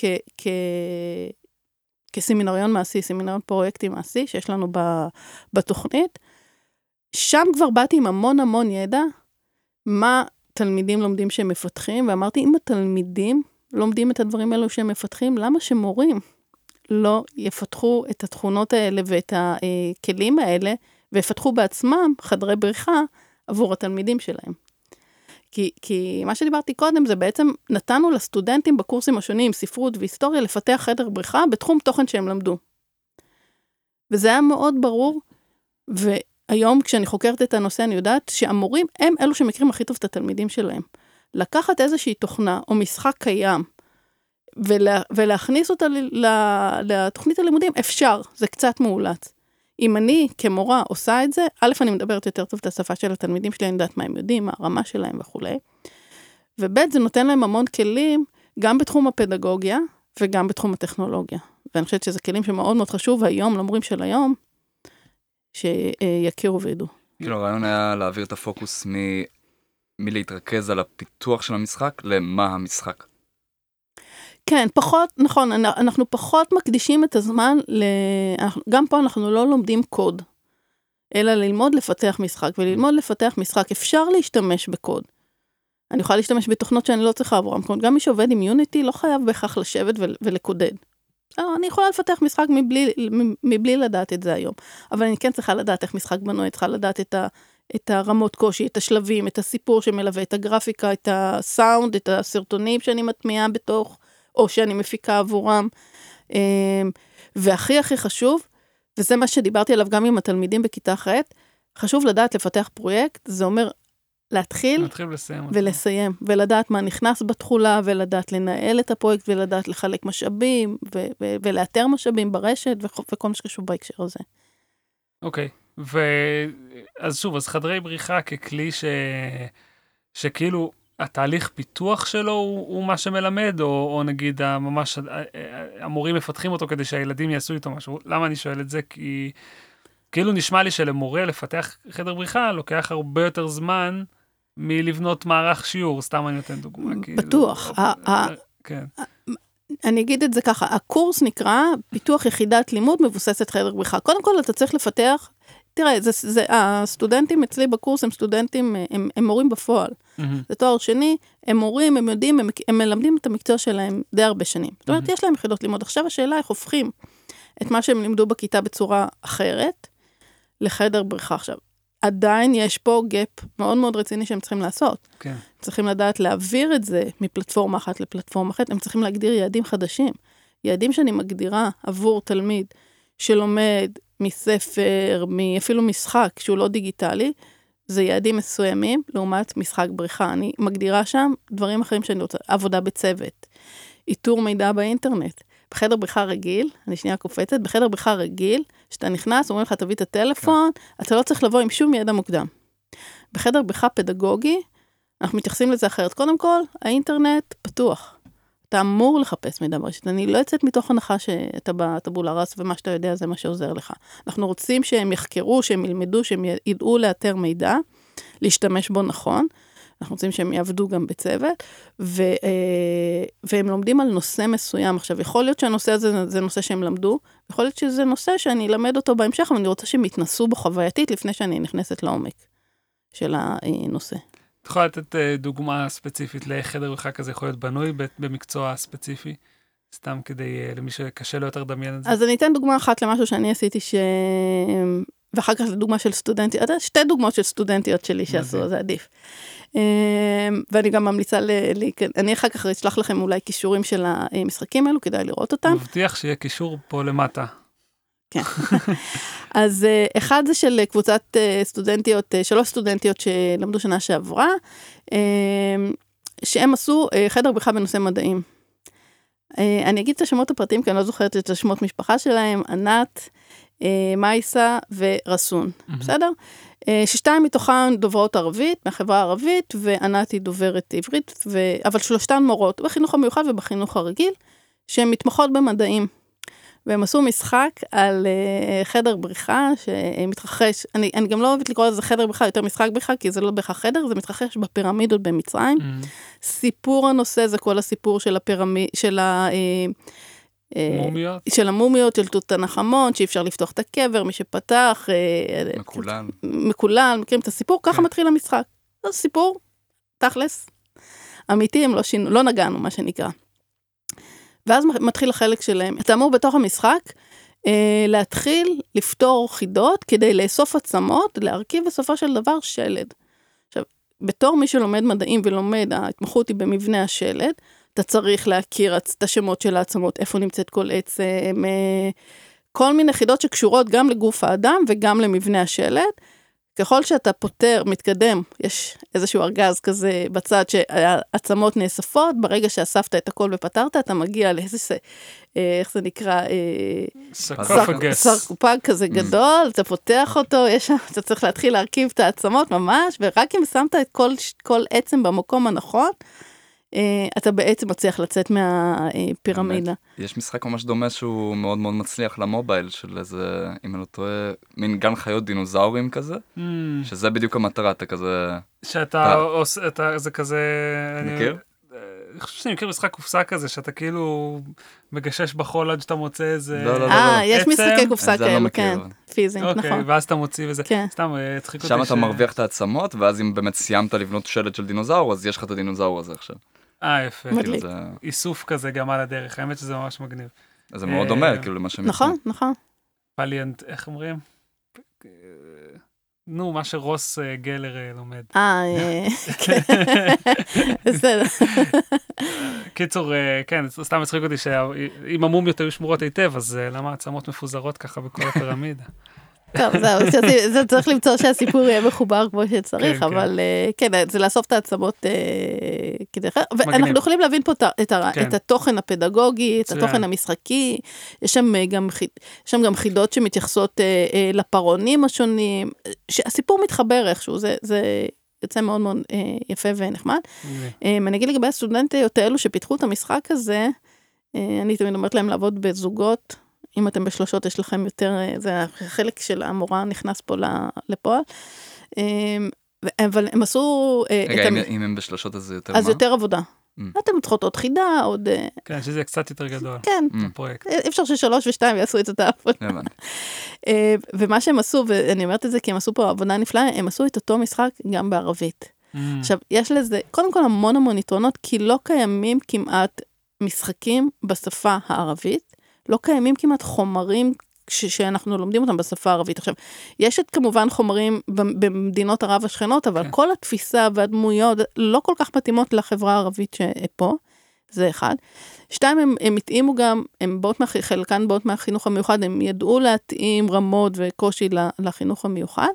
כסמינריון מעשי, סמינריון פרויקטי מעשי, שיש לנו בתוכנית. שם כבר באתי עם המון ידע, מה תלמידים לומדים שהם מפתחים, ואמרתי, אם התלמידים לומדים את הדברים האלו שהם מפתחים, למה שמורים לא יפתחו את התכונות האלה ואת הכלים האלה, ויפתחו בעצמם חדרי בריחה עבור התלמידים שלהם. כי מה שדיברתי קודם, זה בעצם נתנו לסטודנטים בקורסים השונים, ספרות והיסטוריה, לפתח חדר בריחה בתחום תוכן שהם למדו. וזה היה מאוד ברור, והיום כשאני חוקרת את הנושא, אני יודעת שהמורים הם אלו שמכירים הכי טוב את התלמידים שלהם. לקחת איזושהי תוכנה או משחק קיים, ולהכניס אותה לתוכנית הלימודים, אפשר, זה קצת מאולץ. אם אני כמורה עושה את זה, א', אני מדברת יותר טוב את השפה של התלמידים שלי, אני יודעת מה הם יודעים, מה הרמה שלהם וכו'. וב', זה נותן להם המון כלים, גם בתחום הפדגוגיה וגם בתחום הטכנולוגיה. ואני חושבת שזה כלים שמאוד מאוד חשוב היום, למורים של היום, שיכירו וידעו. כאילו, הרעיון היה להעביר את הפוקוס מלהתרכז על הפיתוח של המשחק, למה המשחק. כן, פחות, נכון, אנחנו פחות מקדישים את הזמן, גם פה אנחנו לא לומדים קוד, אלא ללמוד לפתח משחק, וללמוד לפתח משחק, אפשר להשתמש בקוד. אני יכולה להשתמש בתוכנות שאני לא צריכה עבורם, גם מי שעובד עם יוניטי לא חייב בהכרח לשבת ולקודד. אני יכולה לפתח משחק מבלי לדעת את זה היום, אבל אני כן צריכה לדעת איך משחק בנוי, צריכה לדעת את הרמות קושי, את השלבים, את הסיפור שמלווה, את הגרפיקה, את הסאונד, את הסרטונים שאני מטמיעה בתוך, או שאני מפיקה עבורם. והכי חשוב, וזה מה שדיברתי עליו גם עם התלמידים בכיתה ח', חשוב לדעת לפתח פרויקט, זה אומר להתחיל ולסיים, ולדעת מה נכנס בתחולה, ולדעת לנהל את הפרויקט, ולדעת לחלק משאבים, ולאתר משאבים ברשת, וכל מה שקשור בהקשר הזה. אוקיי, אז שוב, אז חדרי בריחה ככלי שכאילו, התהליך פיתוח שלו הוא מה שמלמד, או נגיד ממש המורים מפתחים אותו כדי שהילדים יעשו איתו משהו. למה אני שואל את זה? כי כאילו נשמע לי שלמורה לפתח חדר בריחה לוקח הרבה יותר זמן מלבנות מערך שיעור, סתם אני נותן דוגמה. בטוח. כן. אני אגיד את זה ככה, הקורס נקרא פיתוח יחידת לימוד מבוססת חדר בריחה. קודם כל אתה צריך לפתח, תראה, הסטודנטים אצלי בקורס הם סטודנטים, הם מורים בפועל. זה תואר שני, הם מורים, הם יודעים, הם מלמדים את המקצוע שלהם די הרבה שנים. זאת אומרת, יש להם יחידות לימוד. עכשיו השאלה איך הופכים את מה שהם לימדו בכיתה בצורה אחרת, לחדר בריחה. עכשיו, עדיין יש פה גאפ מאוד מאוד רציני שהם צריכים לעשות. כן. צריכים לדעת להעביר את זה מפלטפורמה אחת לפלטפורמה אחת, הם צריכים להגדיר יעדים חדשים. יעדים שאני מגדירה עבור תלמיד שלומד מספר, אפילו משחק שהוא לא דיגיטלי, זה יעדים מסוימים, לעומת משחק בריחה. אני מגדירה שם דברים אחרים שאני רוצה, עבודה בצוות, איתור מידע באינטרנט. בחדר בריחה רגיל, אני שנייה קופצת, בחדר בריחה רגיל, שאתה נכנס, אומרים לך, תביא את הטלפון, אתה לא צריך לבוא עם שום ידע מוקדם. בחדר בריחה פדגוגי, אנחנו מתייחסים לזה אחרת. קודם כל, האינטרנט פתוח. אתה אמור לחפש מידע ברשת. אני לא יוצאת מתוך הנחה שאתה בטבולה רס, ומה שאתה יודע זה מה שעוזר לך. אנחנו רוצים שהם יחקרו, שהם ילמדו, שהם ידעו לאתר מידע, להשתמש בו נכון. אנחנו רוצים שהם יעבדו גם בצוות, והם לומדים על נושא מסוים. עכשיו, יכול להיות שהנושא הזה זה נושא שהם למדו, יכול להיות שזה נושא שאני אלמד אותו בהמשך, אבל אני רוצה שהם יתנסו בו חווייתית, לפני שאני נכנסת לעומק של הנושא. את יכולה לתת דוגמה ספציפית לחדר בריחה כזה יכול להיות בנוי במקצוע ספציפי? סתם כדי למי שקשה לו יותר דמיין את זה. אז אני אתן דוגמה אחת למשהו שאני עשיתי ואחר כך לדוגמה של סטודנטיות, שתי דוגמאות של סטודנטיות שלי שעשו, זה עדיף. ואני גם ממליצה, אני אחר כך אשלח לכם אולי קישורים של המשחקים האלו, כדאי לראות אותם. מבטיח שיהיה קישור פה למטה. כן. אז אחד זה של קבוצת סטודנטיות, 3 סטודנטיות שלמדו שנה שעברה, שהם עשו חדר בריחה בנושא מדעים. אני אגיד את השמות הפרטיים, כי אני לא זוכרת את השמות משפחה שלהם, ענת, מייסה ורסון, בסדר? ששתיים מתוכן דוברות ערבית, מהחברה הערבית, וענת היא דוברת עברית, אבל 3 מורות, בחינוך המיוחד ובחינוך הרגיל, שהן מתמחות במדעים. והם עשו משחק על חדר בריחה שמתרחש, אני גם לא אוהבת לקרוא לזה חדר בריחה, יותר משחק בריחה, כי זה לא בהכרח חדר, זה מתרחש בפירמידות במצרים. סיפור הנושא זה כל הסיפור של של המומיות, של תותנחמון, שאי אפשר לפתוח את הקבר, מי שפתח, מקולל, מכירים את הסיפור, ככה מתחיל המשחק. זה סיפור, תכלס, אמיתי, הם לא נגענו, מה שנקרא. ואז מתחיל החלק שלהם. אתה אמור בתוך המשחק להתחיל לפתור חידות כדי לאסוף עצמות, להרכיב בסופו של דבר שלד. עכשיו, בתור מי שלומד מדעים ולומד, ההתמחות היא במבנה השלד, אתה צריך להכיר את השמות של העצמות, איפה נמצאת כל עצם, כל מיני חידות שקשורות גם לגוף האדם וגם למבנה השלד. ככל שאתה פותר, מתקדם, יש איזשהו ארגז כזה בצד שהעצמות נאספות, ברגע שאספת את הכל ופתרת, אתה מגיע לאיזה, איך זה נקרא? סרקופג כזה גדול, אתה פותח אותו, אתה צריך להתחיל להרכיב את העצמות ממש, ורק אם שמת את כל עצם במקום הנכון, אתה בעצם מצליח לצאת מהפירמידה. יש משחק ממש דומה שהוא מאוד מאוד מצליח למובייל, של איזה, אם אני לא טועה, מין גן חיות דינוזאורים כזה, שזה בדיוק המטרה, אתה כזה... שאתה עושה, זה כזה... מכיר? אני חושב שאני מכיר משחק קופסה כזה, שאתה כאילו מגשש בחול עד שאתה מוצא איזה... יש משחקי קופסה כאלה, כן, פיזיים, נכון. אוקיי, ואז אתה מוציא וזה, סתם, צחיק אותי שם אתה מרוויח את העצמות, ואז אם באמת סיימת לבנות שלד של דינוזאור, אז יש לך את הדינוזאור הזה עכשיו. יפה. איסוף כזה גם על הדרך, האמת שזה ממש מגניב. זה מאוד דומה, כאילו, למה שהם... נכון, נכון. פליאנט, איך אומרים? נו, מה שרוס גלר לומד. בסדר. קיצור, כן, סתם מצחיק אותי שאם המומיות היו שמורות היטב, אז למה העצמות מפוזרות ככה בכל הפירמידה? טוב, זהו, צריך למצוא שהסיפור יהיה מחובר כמו שצריך, אבל כן, זה לאסוף את העצמות כדי אחר, ואנחנו יכולים להבין פה את התוכן הפדגוגי, את התוכן המשחקי, יש שם גם חידות שמתייחסות לפרעונים השונים, שהסיפור מתחבר איכשהו, זה יוצא מאוד מאוד יפה ונחמד. אני אגיד לגבי הסטודנטיות האלו שפיתחו את המשחק הזה, אני תמיד אומרת להם לעבוד בזוגות, אם אתם בשלושות, יש לכם יותר, זה החלק של המורה נכנס פה לפועל. אבל הם עשו... רגע, אם הם בשלושות, אז זה יותר מה? אז יותר עבודה. אתם צריכות עוד חידה, עוד... כן, שזה קצת יותר גדול. כן. הפרויקט. אפשר ש3 ו2 יעשו את העבודה. ומה שהם עשו, ואני אומרת את זה כי הם עשו פה עבודה נפלאה, הם עשו את אותו משחק גם בערבית. עכשיו, יש לזה, קודם כל המון יתרונות, כי לא קיימים כמעט משחקים בשפה הערבית, לא קיימים כמעט חומרים שאנחנו לומדים אותם בשפה הערבית. עכשיו, יש את כמובן חומרים במדינות ערב השכנות, אבל כל התפיסה והדמויות לא כל כך מתאימות לחברה הערבית שפה, זה אחד. 2, הם התאימו גם, חלקן באות מהחינוך המיוחד, הם ידעו להתאים רמות וקושי לחינוך המיוחד,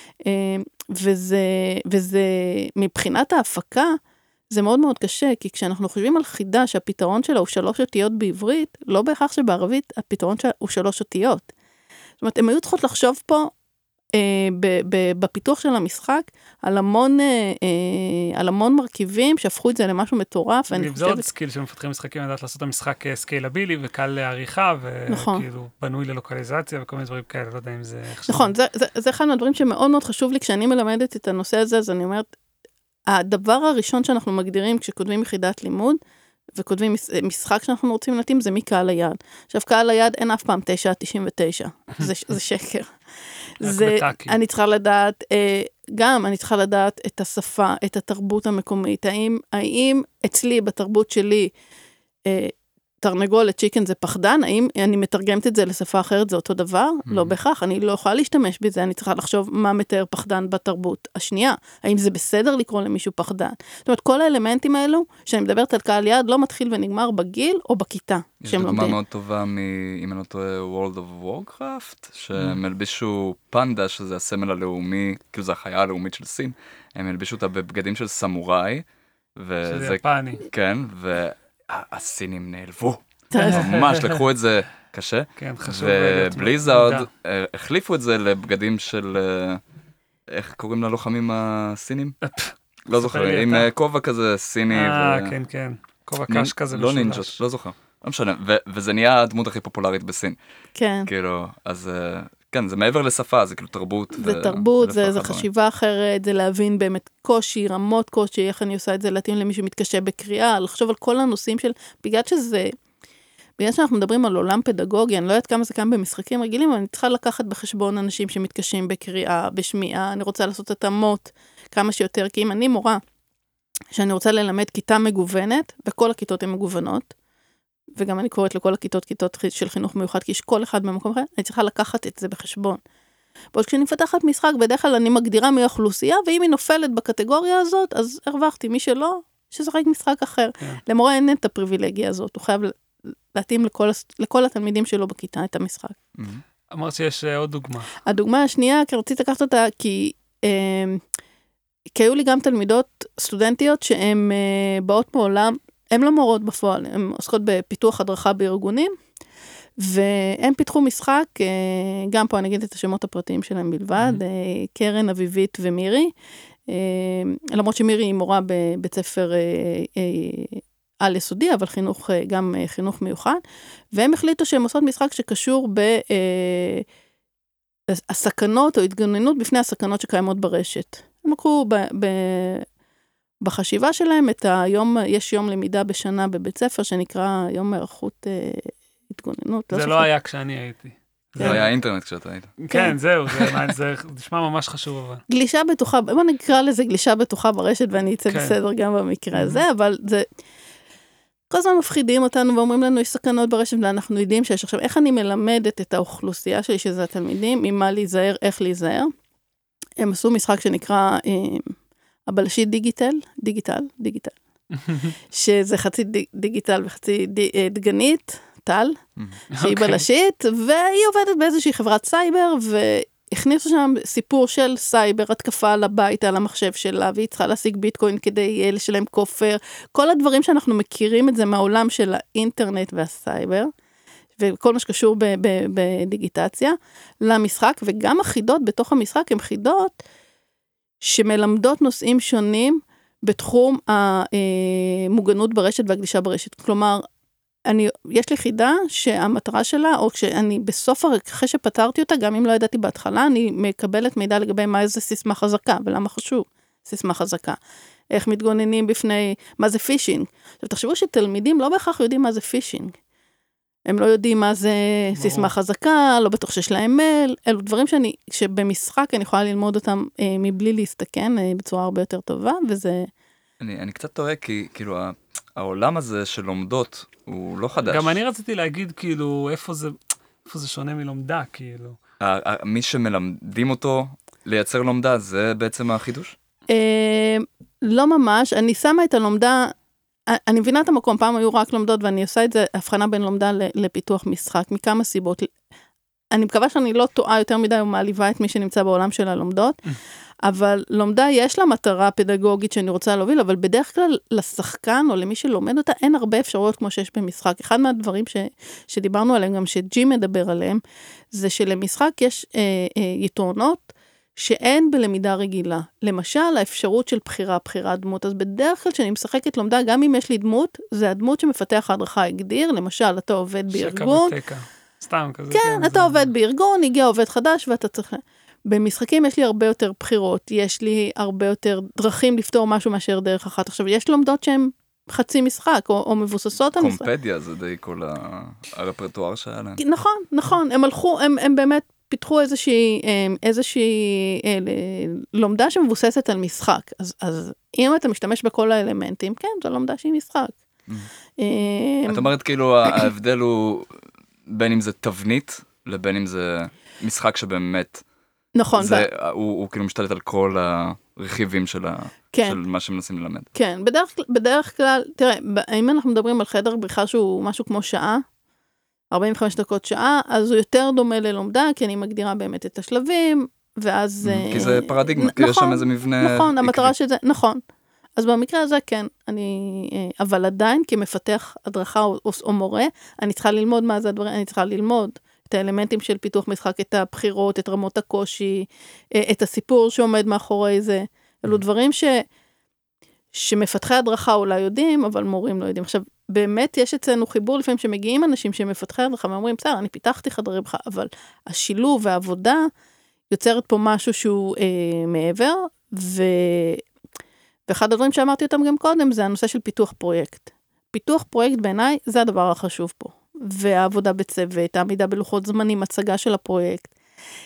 וזה מבחינת ההפקה, זה מאוד מאוד קשה, כי כשאנחנו חושבים על חידה שהפתרון שלה הוא 3 אותיות בעברית, לא בהכרח שבערבית הפתרון שלה הוא 3 אותיות. זאת אומרת, הם היו צריכות לחשוב פה בפיתוח של המשחק על המון מרכיבים שהפכו את זה למשהו מטורף. זה עוד סקיל שמפתחים משחקים, לדעת לעשות את המשחק סקיילבילי וקל לעריכה, וכאילו בנוי ללוקליזציה וכל מיני דברים כאלה, לא יודע אם זה... נכון, זה אחד מהדברים שמאוד מאוד חשוב לי, כשאני מלמדת את הנושא הזה, אז אני אומרת, הדבר הראשון שאנחנו מגדירים כשכותבים יחידת לימוד, וכותבים משחק שאנחנו רוצים להתאים, זה מקהל היעד. עכשיו, קהל היעד אין אף פעם 9.99. זה שקר. אני צריכה לדעת, אני צריכה לדעת את השפה, את התרבות המקומית. האם אצלי, בתרבות שלי, תרנגולת, צ'יקן זה פחדן, האם אני מתרגמת את זה לשפה אחרת, זה אותו דבר? לא בהכרח, אני לא יכולה להשתמש בזה, אני צריכה לחשוב מה מתאר פחדן בתרבות השנייה, האם זה בסדר לקרוא למישהו פחדן? זאת אומרת, כל האלמנטים האלו, שאני מדברת על קהל יעד, לא מתחיל ונגמר בגיל או בכיתה יש דוגמה מאוד טובה אם אני לא טועה, World of Warcraft, שהם הלבישו פנדה, שזה הסמל הלאומי, כאילו זה החיה הלאומית של סין, הם הלבישו אותה בבגדים של סמוראי, שזה יפני. כן, והסינים נעלבו. ממש לקחו את זה קשה. כן, חשוב. ובליזארד החליפו את זה לבגדים של, איך קוראים ללוחמים הסינים? לא זוכר, עם כובע כזה סיני. כן, כן. כובע קש כזה לא נינג'ות, לא זוכר. לא משנה, וזה נהיה הדמות הכי פופולרית בסין. כן. כאילו, אז כן, זה מעבר לשפה, זה כאילו תרבות. זה תרבות, זה חשיבה אחרת, זה להבין באמת קושי, רמות קושי, איך אני עושה את זה, להתאים למי שמתקשה בקריאה, לחשוב על כל הנושאים של, בגלל שאנחנו מדברים על עולם פדגוגי, אני לא יודעת כמה זה קיים במשחקים רגילים, אבל אני צריכה לקחת בחשבון אנשים שמתקשים בקריאה, בשמיעה, אני רוצה לעשות התאמות כמה שיותר, כי אם אני מורה, שאני רוצה ללמד כיתה מגוונת, וכל הכיתות הן מגוונות, וגם אני קוראת לכל הכיתות, כיתות של חינוך מיוחד, כי יש כל אחד במקום אחר, אני צריכה לקחת את זה בחשבון. ועוד כשאני מפתחת משחק, בדרך כלל אני מגדירה מי האוכלוסייה, ואם היא נופלת בקטגוריה הזאת, אז הרווחתי, מי שלא, ששחק משחק אחר. למורה אין את הפריבילגיה הזאת, הוא חייב להתאים לכל התלמידים שלו בכיתה את המשחק. אמרת שיש עוד דוגמה. הדוגמה השנייה, כי רציתי לקחת אותה, כי היו לי גם תלמידות סטודנטיות שהן באות מעולם, הן לא מורות בפועל, הן עוסקות בפיתוח הדרכה בארגונים, והן פיתחו משחק, גם פה אני אגיד את השמות הפרטיים שלהם בלבד, קרן, אביבית ומירי, למרות שמירי היא מורה בבית ספר על יסודי, אבל גם חינוך מיוחד, והם החליטו שהם עושות משחק שקשור הסכנות או התגוננות בפני הסכנות שקיימות ברשת. הם לקחו בחשיבה שלהם את היום, יש יום למידה בשנה בבית ספר, שנקרא יום מערכות התגוננות. זה לא היה כשאני הייתי. זה היה אינטרנט כשאתה היית. כן, זהו, זה נשמע ממש חשוב. אבל. גלישה בטוחה, בוא נקרא לזה גלישה בטוחה ברשת, ואני אצא בסדר גם במקרה הזה, אבל זה, כל הזמן מפחידים אותנו ואומרים לנו, יש סכנות ברשת, ואנחנו יודעים שיש עכשיו, איך אני מלמדת את האוכלוסייה שלי, שזה התלמידים, ממה להיזהר, איך להיזהר. הם עשו משחק שנקרא הבלשית דיגיטל, שזה חצי דיגיטל וחצי דגנית, טל, שהיא בלשית, והיא עובדת באיזושהי חברת סייבר, והכניסו שם סיפור של סייבר, התקפה על הבית, על המחשב שלה, והיא צריכה להשיג ביטקוין כדי לשלם כופר, כל הדברים שאנחנו מכירים את זה מהעולם של האינטרנט והסייבר, וכל מה שקשור בדיגיטציה, למשחק, וגם החידות בתוך המשחק הן חידות שמלמדות נושאים שונים בתחום המוגנות ברשת והגלישה ברשת. כלומר, יש לי חידה שהמטרה שלה, או כשאני בסוף, אחרי שפתרתי אותה, גם אם לא ידעתי בהתחלה, אני מקבלת מידע לגבי מה זה סיסמה חזקה, ולמה חשוב סיסמה חזקה. איך מתגוננים בפני, מה זה פישינג. עכשיו, תחשבו שתלמידים לא בהכרח יודעים מה זה פישינג. הם לא יודעים מה זה סיסמה חזקה, לא בטוח שיש להם מייל, אלו דברים שבמשחק אני יכולה ללמוד אותם מבלי להסתכן בצורה הרבה יותר טובה, וזה... אני קצת טועה, כי כאילו העולם הזה של לומדות הוא לא חדש. גם אני רציתי להגיד כאילו איפה זה שונה מלומדה, כאילו. מי שמלמדים אותו לייצר לומדה, זה בעצם החידוש? לא ממש, אני שמה את הלומדה... אני מבינה את המקום, פעם היו רק לומדות, ואני עושה את זה, הבחנה בין לומדה לפיתוח משחק, מכמה סיבות. אני מקווה שאני לא טועה יותר מדי, ומעליבה את מי שנמצא בעולם של הלומדות, אבל לומדה יש לה מטרה פדגוגית שאני רוצה להוביל, אבל בדרך כלל לשחקן, או למי שלומד אותה, אין הרבה אפשרויות כמו שיש במשחק. אחד מהדברים שדיברנו עליהם, גם שג'י מדבר עליהם, זה שלמשחק יש יתרונות, שאין בלמידה רגילה. למשל, האפשרות של בחירת דמות. אז בדרך כלל כשאני משחקת לומדה, גם אם יש לי דמות, זה הדמות שמפתח ההדרכה הגדיר. למשל, אתה עובד בארגון. סתם כזה. כן, אתה עובד בארגון, הגיע עובד חדש, ואתה צריך... במשחקים יש לי הרבה יותר בחירות, יש לי הרבה יותר דרכים לפתור משהו מאשר דרך אחת. עכשיו, יש לומדות שהן חצי משחק, או מבוססות על משחק. קומפדיה זה די כל הרפרטואר שהיה להם. נכון. הם הלכו, הם באמת פיתחו איזושהי לומדה שמבוססת על משחק. אז אם אתה משתמש בכל האלמנטים, כן, זו לומדה שהיא משחק. את אומרת כאילו ההבדל הוא בין אם זה תבנית לבין אם זה משחק שבאמת נכון. הוא כאילו משתלט על כל הרכיבים של מה שמנסים ללמד. כן, בדרך כלל, תראה, אם אנחנו מדברים על חדר בריחה שהוא משהו כמו שעה, 45 דקות שעה, אז הוא יותר דומה ללומדה, כי אני מגדירה באמת את השלבים, ואז... כי זה פרדיגמה, כי יש שם איזה מבנה... נכון, המטרה שזה, נכון. אז במקרה הזה כן, אבל עדיין כמפתח הדרכה או מורה, אני צריכה ללמוד מה זה הדברים, אני צריכה ללמוד את האלמנטים של פיתוח משחק, את הבחירות, את רמות הקושי, את הסיפור שעומד מאחורי זה. אלו דברים שמפתחי הדרכה אולי יודעים, אבל מורים לא יודעים. עכשיו, באמת יש אצלנו חיבור לפעמים שמגיעים אנשים שמפתחי הדרכה, ואומרים, בסדר, אני פיתחתי חדרי בריחה, אבל השילוב והעבודה יוצרת פה משהו שהוא מעבר, ואחד הדברים שאמרתי אותם גם קודם, זה הנושא של פיתוח פרויקט. פיתוח פרויקט בעיניי זה הדבר החשוב פה. והעבודה בצוות, העמידה בלוחות זמנים, הצגה של הפרויקט,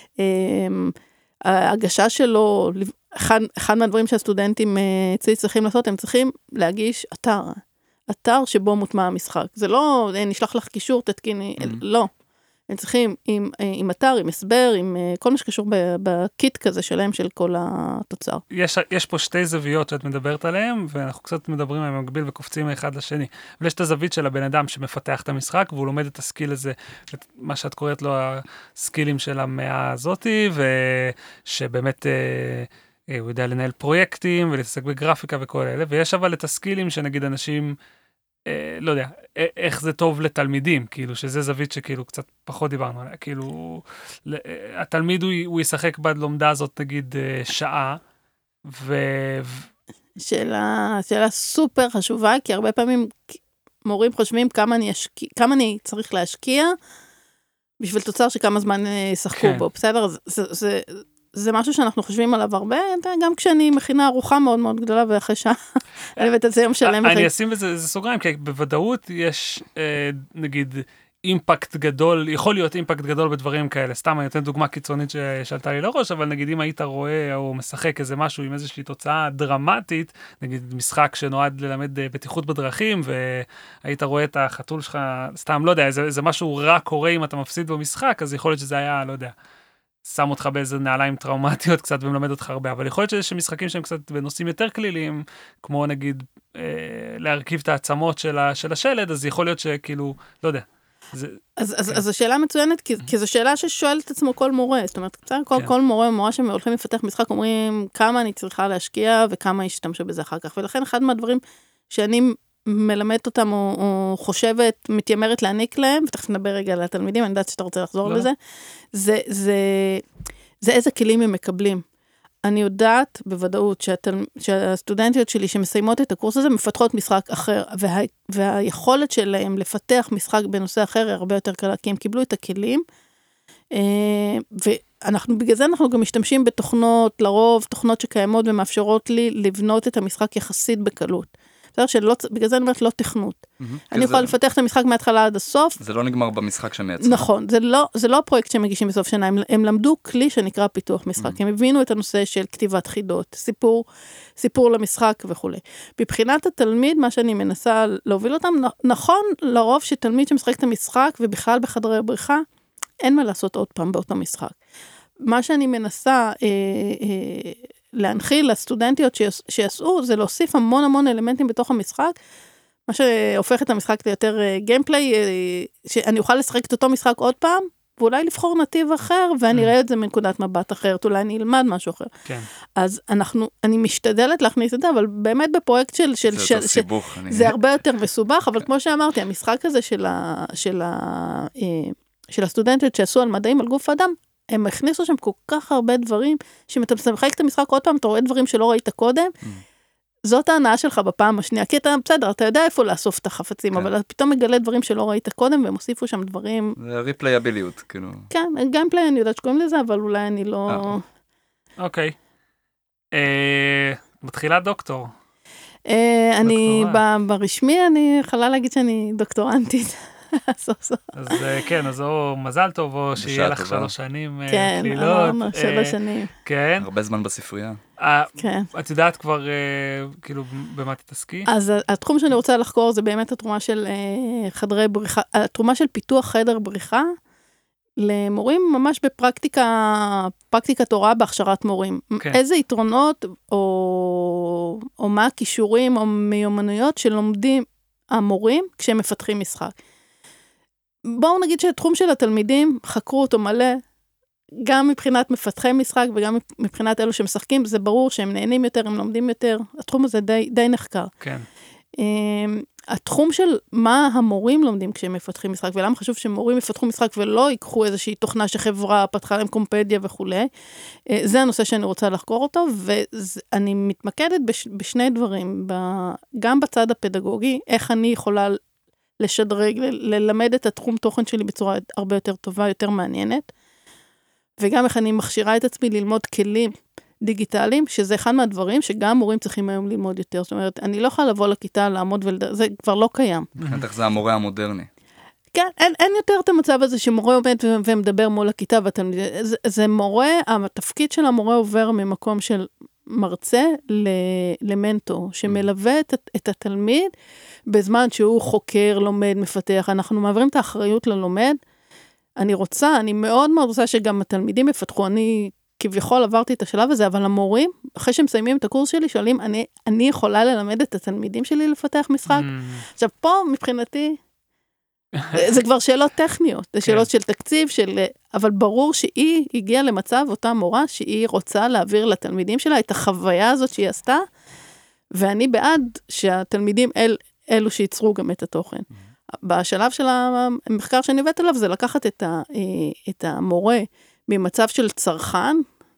ההגשה שלו, אחד מהדברים שהסטודנטים צריכים לעשות, הם צריכים להגיש אתר שבו מוטמע המשחק. זה לא, נשלח לך קישור, תתקיני, לא. הם צריכים עם אתר, עם הסבר, עם כל מה שקשור בקיט כזה שלהם, של כל התוצר. יש פה שתי זוויות שאת מדברת עליהן, ואנחנו קצת מדברים עליהם במקביל וקופצים מאחד לשני. אבל יש את הזווית של הבן אדם שמפתח את המשחק, והוא לומד את הסקיל הזה, את מה שאת קוראת לו הסקילים של המאה הזאת, ושבאמת הוא יודע לנהל פרויקטים, ולהתעסק בגרפיקה וכל אלה, ויש אבל את הסקילים שנגיד אנשים... לא יודע, איך זה טוב לתלמידים, כאילו, שזה זווית שכאילו קצת פחות דיברנו עליה, כאילו, התלמיד הוא ישחק בלומדה הזאת, נגיד, שעה, שאלה סופר חשובה, כי הרבה פעמים מורים חושבים כמה אני צריך להשקיע, בשביל תוצר שכמה זמן ישחקו בו, בסדר? זה משהו שאנחנו חושבים עליו הרבה, גם כשאני מכינה ארוחה מאוד מאוד גדולה, ואחרי שעה, אני ואת זה יום שלם. אני אשים בזה סוגריים, כי בוודאות יש, נגיד, אימפקט גדול, יכול להיות אימפקט גדול בדברים כאלה. סתם, אני נותן דוגמה קיצונית ששאלתה לי לראש, אבל נגיד, אם היית רואה או משחק איזה משהו עם איזושהי תוצאה דרמטית, נגיד, משחק שנועד ללמד בטיחות בדרכים, והיית רואה את החתול שלך, סתם, לא יודע, זה משהו רע קורה אם אתה מפסיד במשחק, אז יכול להיות שזה היה, לא יודע, שם אותך באיזה נעליים טראומטיות קצת ומלמד אותך הרבה, אבל יכול להיות שיש משחקים שהם קצת בנושאים יותר כליליים, כמו נגיד להרכיב את העצמות של השלד, אז יכול להיות שכאילו, לא יודע. אז השאלה מצוינת, כי זו שאלה ששואל את עצמו כל מורה, זאת אומרת, כל מורה ומורה שהולכים לפתח משחק, אומרים כמה אני צריכה להשקיע וכמה ישתמשו בזה אחר כך, ולכן אחד מהדברים שאני מלמדת אותם או חושבת, מתיימרת להעניק להם, ותכף נדבר רגע על התלמידים, אני יודעת שאתה רוצה לחזור לזה, זה איזה כלים הם מקבלים. אני יודעת בוודאות שהסטודנטיות שלי שמסיימות את הקורס הזה מפתחות משחק אחר, והיכולת שלהם לפתח משחק בנושא אחר היא הרבה יותר קלה, כי הם קיבלו את הכלים, בגלל זה אנחנו גם משתמשים בתוכנות, לרוב תוכנות שקיימות ומאפשרות לי לבנות את המשחק יחסית בקלות. בגלל זה אני אומרת לא תכנות. אני יכולה לפתח את המשחק מההתחלה עד הסוף. זה לא נגמר במשחק שמייצר. נכון, זה לא פרויקט שהם מגישים בסוף שנה, הם למדו כלי שנקרא פיתוח משחק, הם הבינו את הנושא של כתיבת חידות, סיפור למשחק וכו'. מבחינת התלמיד, מה שאני מנסה להוביל אותם, נכון לרוב שתלמיד שמשחק את המשחק, ובכלל בחדרי בריחה, אין מה לעשות עוד פעם באותו משחק. מה שאני מנסה להנחיל לסטודנטיות שיעשו, זה להוסיף המון אלמנטים בתוך המשחק, מה שהופך את המשחק ליותר גיימפליי, שאני אוכל לשחק את אותו משחק עוד פעם, ואולי לבחור נתיב אחר, ואני אראה את זה מנקודת מבט אחרת, אולי אני אלמד משהו אחר. כן. אז אני משתדלת להכניס את זה, אבל באמת בפרויקט של... זה יותר סיבוך. זה הרבה יותר מסובך, אבל כמו שאמרתי, המשחק הזה של הסטודנטיות שעשו על מדעים, על גוף האדם, הם הכניסו שם כל כך הרבה דברים, שאם אתה משחק את המשחק עוד פעם, אתה רואה דברים שלא ראית קודם, זאת ההנאה שלך בפעם השנייה, כי אתה בסדר, אתה יודע איפה לאסוף את החפצים, אבל פתאום מגלה דברים שלא ראית קודם, והם הוסיפו שם דברים... זה ריפלייביליות, כאילו. כן, גיימפליי אני יודעת שקוראים לזה, אבל אולי אני לא... אוקיי. מתחילה דוקטור. אני, ברשמי, אני יכולה להגיד שאני דוקטורנטית. סוף סוף. אז כן, אז או מזל טוב, או שיהיה לך טובה. 3 שנים כן, קלילות. אמרנו 7 שנים. כן. הרבה זמן בספרייה. כן. את יודעת כבר, כאילו, במה תתעסקי? אז התחום שאני רוצה לחקור זה באמת התרומה של חדרי בריחה, התרומה של פיתוח חדר בריחה, למורים ממש פרקטיקת הוראה בהכשרת מורים. כן. איזה יתרונות או מה הכישורים או מיומנויות שלומדים המורים כשהם מפתחים משחק. בואו נגיד שהתחום של התלמידים, חקרו אותו מלא, גם מבחינת מפתחי משחק וגם מבחינת אלו שמשחקים, זה ברור שהם נהנים יותר, הם לומדים יותר, התחום הזה די נחקר. כן. התחום של מה המורים לומדים כשהם מפתחים משחק, ולמה חשוב שמורים יפתחו משחק ולא ייקחו איזושהי תוכנה שחברה פתחה להם קומפדיה וכו'. זה הנושא שאני רוצה לחקור אותו, ואני מתמקדת בשני דברים, גם בצד הפדגוגי, איך אני יכולה לשדרג, ללמד את התחום תוכן שלי בצורה הרבה יותר טובה, יותר מעניינת, וגם איך אני מכשירה את עצמי ללמוד כלים דיגיטליים, שזה אחד מהדברים שגם מורים צריכים היום ללמוד יותר. זאת אומרת, אני לא יכולה לבוא לכיתה, לעמוד זה כבר לא קיים. בטח זה המורה המודרני. כן, אין יותר את המצב הזה שמורה עומד ומדבר מול הכיתה, זה מורה, התפקיד של המורה עובר ממקום של מרצה למנטור, שמלווה את התלמיד בזמן שהוא חוקר, לומד, מפתח. אנחנו מעבירים את האחריות ללומד. אני מאוד מאוד רוצה שגם התלמידים יפתחו, אני כביכול עברתי את השלב הזה, אבל המורים, אחרי שהם מסיימים את הקורס שלי, שואלים, אני יכולה ללמד את התלמידים שלי לפתח משחק? עכשיו, פה מבחינתי, זה כבר שאלות טכניות, זה שאלות של תקציב, אבל ברור שהיא הגיעה למצב, אותה מורה, שהיא רוצה להעביר לתלמידים שלה את החוויה הזאת שהיא עשתה, ואני בעד שהתלמידים אלו שייצרו גם את התוכן. בשלב של המחקר שאני הבאת עליו, זה לקחת את המורה ממצב של צרכן,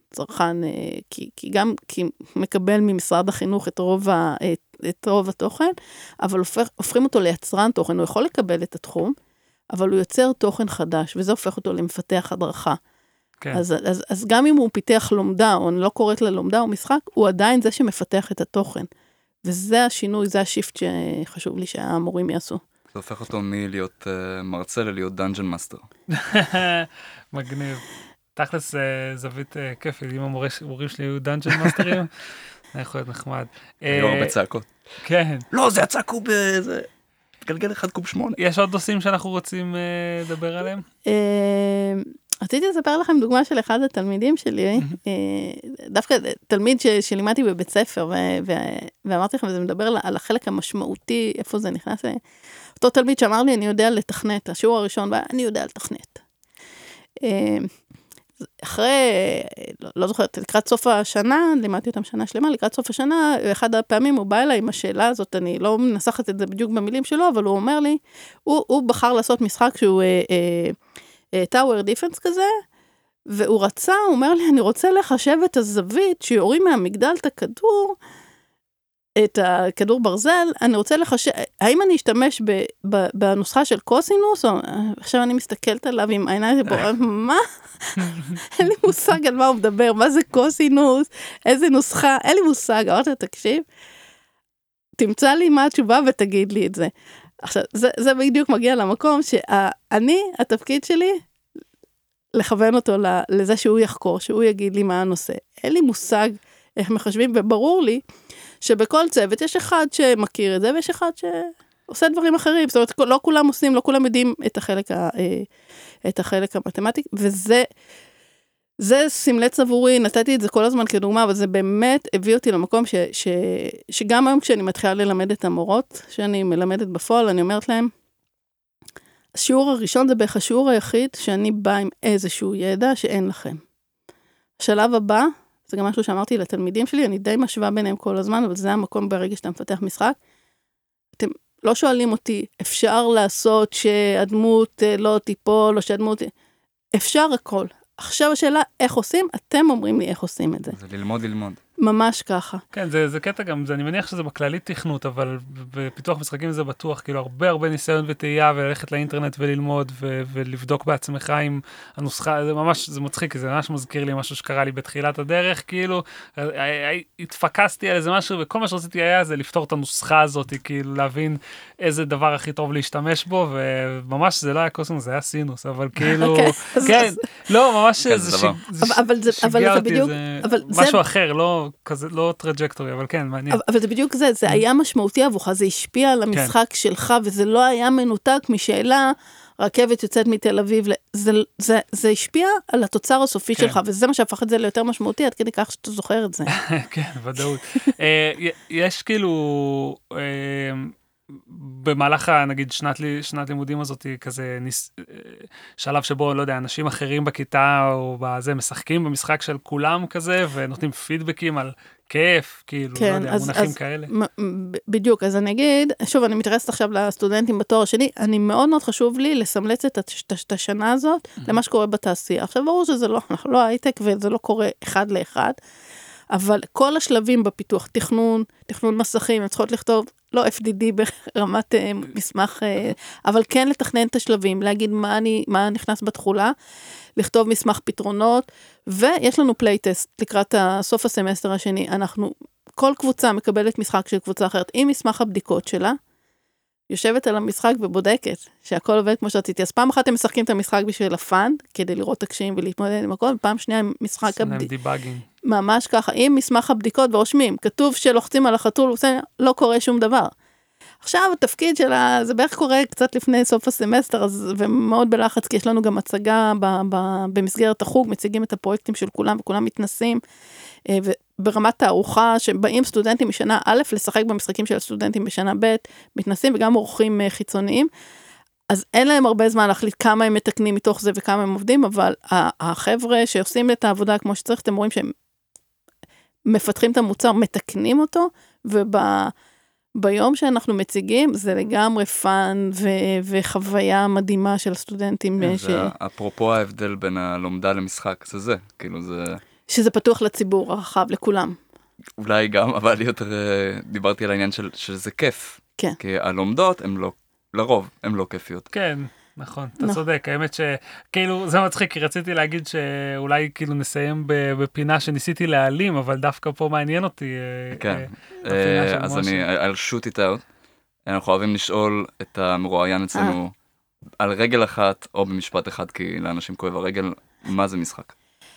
כי מקבל ממשרד החינוך את רוב התוכן, אבל הופכים אותו ליצרן תוכן, הוא יכול לקבל את התחום, אבל הוא יוצר תוכן חדש, וזה הופך אותו למפתח הדרכה. כן. אז גם אם הוא פיתח לומדה, או אני לא קוראת לה לומדה או משחק, הוא עדיין זה שמפתח את התוכן. וזה השינוי, זה השיפט שחשוב לי שהמורים יעשו. זה הופך אותו מלהיות מרצה ללהיות דאנג'ן מאסטר. מגניב. תכלס זווית כיפית, אם המורים שלי היו דאנג'ן מאסטרים, זה יכול להיות נחמד. היו הרבה צעקות. כן. לא, זה יצא קוב באיזה... גלגל 1 קוב 8. יש עוד נושאים שאנחנו רוצים לדבר עליהם? רציתי לספר לכם דוגמה של אחד התלמידים שלי, דווקא תלמיד שלימדתי בבית ספר, ואמרתי לכם, זה מדבר על החלק המשמעותי, איפה זה נכנס. אותו תלמיד שאמר לי, אני יודע לתכנת, השיעור הראשון, אני יודע לתכנת. אחרי, לא זוכרת, לקראת סוף השנה, לימדתי אותם שנה שלמה, לקראת סוף השנה, אחד הפעמים הוא בא אליי עם השאלה הזאת, אני לא מנסחת את זה בדיוק במילים שלו, אבל הוא אומר לי, הוא בחר לעשות משחק שהוא טאוור דיפנס כזה, והוא רצה, הוא אומר לי, אני רוצה לחשב את הזווית, שיורים מהמגדל את הכדור, את הכדור ברזל, אני רוצה לחשב, האם אני אשתמש בנוסחה של קוסינוס, או עכשיו אני מסתכלת עליו עם העיניים, מה? אין לי מושג על מה הוא מדבר, מה זה קוסינוס, איזה נוסחה, אין לי מושג, אמרתי, תקשיב, תמצא לי מה התשובה ותגיד לי את זה. עכשיו, זה בדיוק מגיע למקום שאני, התפקיד שלי, לכוון אותו לזה שהוא יחקור, שהוא יגיד לי מה הנושא. אין לי מושג איך מחשבים, וברור לי שבכל צוות יש אחד שמכיר את זה, ויש אחד שעושה דברים אחרים. זאת אומרת, לא כולם עושים, לא כולם יודעים את החלק המתמטי, זה סמלץ עבורי, נתתי את זה כל הזמן כדוגמה, אבל זה באמת הביא אותי למקום שגם היום כשאני מתחילה ללמד את המורות, שאני מלמדת בפועל, אני אומרת להם, השיעור הראשון זה בערך השיעור היחיד שאני באה עם איזשהו ידע שאין לכם. השלב הבא, זה גם משהו שאמרתי לתלמידים שלי, אני די משווה ביניהם כל הזמן, אבל זה המקום ברגע שאתה מפתח משחק. אתם לא שואלים אותי, אפשר לעשות שהדמות לא תיפול, או שהדמות... אפשר הכל. עכשיו השאלה, איך עושים? אתם אומרים לי איך עושים את זה. זה ללמוד. ממש ככה. כן, זה קטע גם, אני מניח שזה בכללית תכנות, אבל בפיתוח משחקים זה בטוח, כאילו הרבה ניסיון וטעייה, וללכת לאינטרנט וללמוד, ולבדוק בעצמך עם הנוסחה, זה ממש, זה מצחיק, זה ממש מזכיר לי משהו שקרה לי בתחילת הדרך, כאילו, התפקסתי על איזה משהו, וכל מה שרציתי היה זה לפתור את הנוסחה הזאת, כאילו, להבין איזה דבר הכי טוב להשתמש בו, וממש זה לא היה קוסינוס, זה היה סינוס, אבל כאילו, כן, לא, ממש זה שיגע אותי, זה משהו אחר, לא טראג'קטורי, אבל כן, מעניין. אבל זה בדיוק זה היה משמעותי עבורך, זה השפיע על המשחק שלך, וזה לא היה מנותק משאלה, רכבת יוצאת מתל אביב, זה השפיע על התוצר הסופי שלך, וזה מה שהפך את זה ליותר משמעותי, עד כדי כך שאתה זוכר את זה. כן, ודאות. יש כאילו, במהלך, נגיד, שנת לימודים הזאת, כזה שלב שבו, לא יודע, אנשים אחרים בכיתה, או בזה, משחקים במשחק של כולם כזה, ונותנים פידבקים על כיף, כאילו, לא יודע, מונחים כאלה. בדיוק, אז אני אגיד, שוב, אני מתייחסת עכשיו לסטודנטים בתואר השני, אני מאוד מאוד חשוב לי לסמלץ את השנה הזאת, למה שקורה בתעשייה. עכשיו, ברור שזה לא הייטק, וזה לא קורה אחד לאחד, אבל כל השלבים בפיתוח, תכנון מסכים, הם צריכות לכתוב, לא FDD ברמת מסמך, אבל כן לתכנן את השלבים, להגיד מה נכנס בתחולה, לכתוב מסמך פתרונות, ויש לנו פלייטסט לקראת סוף הסמסטר השני, כל קבוצה מקבלת משחק של קבוצה אחרת, עם מסמך הבדיקות שלה, יושבת על המשחק ובודקת, שהכל עובד כמו שרציתי. אז פעם אחת הם משחקים את המשחק בשביל הפאן, כדי לראות את הקשיים ולהתמודד עם הכל, פעם שנייה הם משחק דיבאגינג. ממש ככה, עם מסמך הבדיקות ורושמים, כתוב שלוחצים על החתול, לא קורה שום דבר. עכשיו התפקיד שלה, זה בערך קורה קצת לפני סוף הסמסטר, ומאוד בלחץ, כי יש לנו גם הצגה במסגרת החוג, מציגים את הפרויקטים של כולם, וכולם מתנסים, וברמת תערוכה, שבאים סטודנטים משנה א', לשחק במשחקים של הסטודנטים בשנה ב', מתנסים, וגם אורחים חיצוניים, אז אין להם הרבה זמן להחליט כמה הם מתקנים מתוך זה, וכמה הם עובדים, אבל החבר'ה שעושים את העבודה כמו שצריך, אתם רואים שהם מפתחים את המוצר, מתקנים אותו, ביום שאנחנו מציגים, זה לגמרי פאן וחוויה מדהימה של הסטודנטים. אפרופו ההבדל בין הלומדה למשחק, זה, כאילו זה... שזה פתוח לציבור הרחב, לכולם. אולי גם, אבל יותר דיברתי על העניין שזה כיף. כן. כי הלומדות הן לא, לרוב, הן לא כיפיות. כן, נכון, אתה צודק. האמת שכאילו, זה מצחיק, כי רציתי להגיד שאולי כאילו נסיים בפינה שניסיתי להעלים, אבל דווקא פה מעניין אותי. כן, אז I'll shoot it out. אנחנו אוהבים לשאול את המרואיין אצלנו על רגל אחת, או במשפט אחד, כי לאנשים כואב הרגל, מה זה משחק?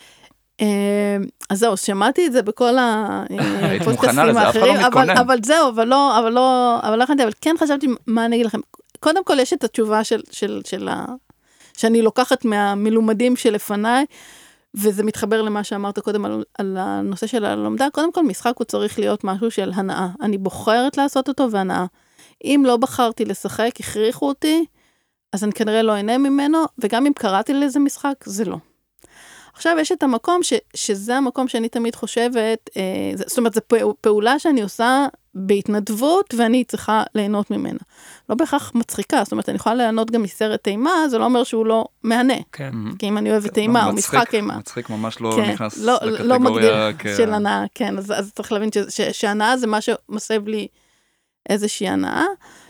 אז זהו, שמעתי את זה בכל הפודקאסטים האחרים, אבל זהו, אבל לא הכנתי, אבל כן חשבתי מה אני אגיד לכם. קודם כל יש את התשובה שאני לוקחת מהמלומדים שלפניי, וזה מתחבר למה שאמרת קודם על הנושא של הלומדה. קודם כל משחק הוא צריך להיות משהו של הנאה. אני בוחרת לעשות אותו והנאה. אם לא בחרתי לשחק, הכריחו אותי, אז אני כנראה לא אהנה ממנו, וגם אם קראתי לאיזה משחק, זה לא. עכשיו יש את המקום שזה המקום שאני תמיד חושבת, זאת אומרת, זו פעולה שאני עושה בהתנדבות, ואני צריכה ליהנות ממנה. לא בהכרח מצחיקה, זאת אומרת, אני יכולה ליהנות גם מסרט אימה, זה לא אומר שהוא לא מהנה. כן. כי אם אני אוהבת אימה, או משחק אימה. מצחיק ממש לא נכנס לקטגוריה. לא מגדיר של הנאה, כן. אז צריך להבין שהנאה זה מה שמסב לי איזושהי הנאה.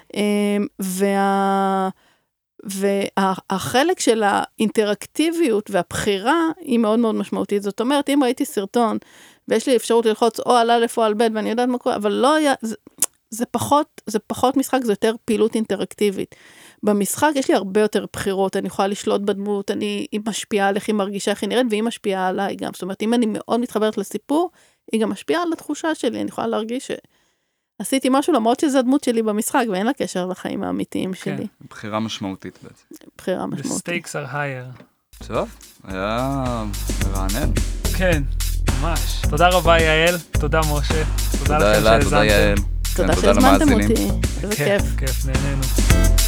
והחלק של האינטראקטיביות והבחירה היא מאוד מאוד משמעותית. זאת אומרת, אם ראיתי סרטון, ויש לי אפשרות ללחוץ או על א' או על ב', ואני יודעת מה קורה, אבל לא היה, זה פחות משחק, זה יותר פעילות אינטראקטיבית. במשחק יש לי הרבה יותר בחירות, אני יכולה לשלוט בדמות, היא משפיעה על איך היא מרגישה, איך היא נראית, והיא משפיעה עליי גם. זאת אומרת, אם אני מאוד מתחברת לסיפור, היא גם משפיעה על התחושה שלי, אני יכולה להרגיש עשיתי משהו למרות שזה הדמות שלי במשחק, ואין לה קשר לחיים האמיתיים שלי. בחירה משמעותית בעצם. בחירה משמעותית. The stakes are higher. טוב, היה רענן. כן, ממש. תודה רבה יעל, תודה משה. תודה אלה, תודה יעל. תודה שהזמנתם אותי. זה כיף. כיף, נהנינו.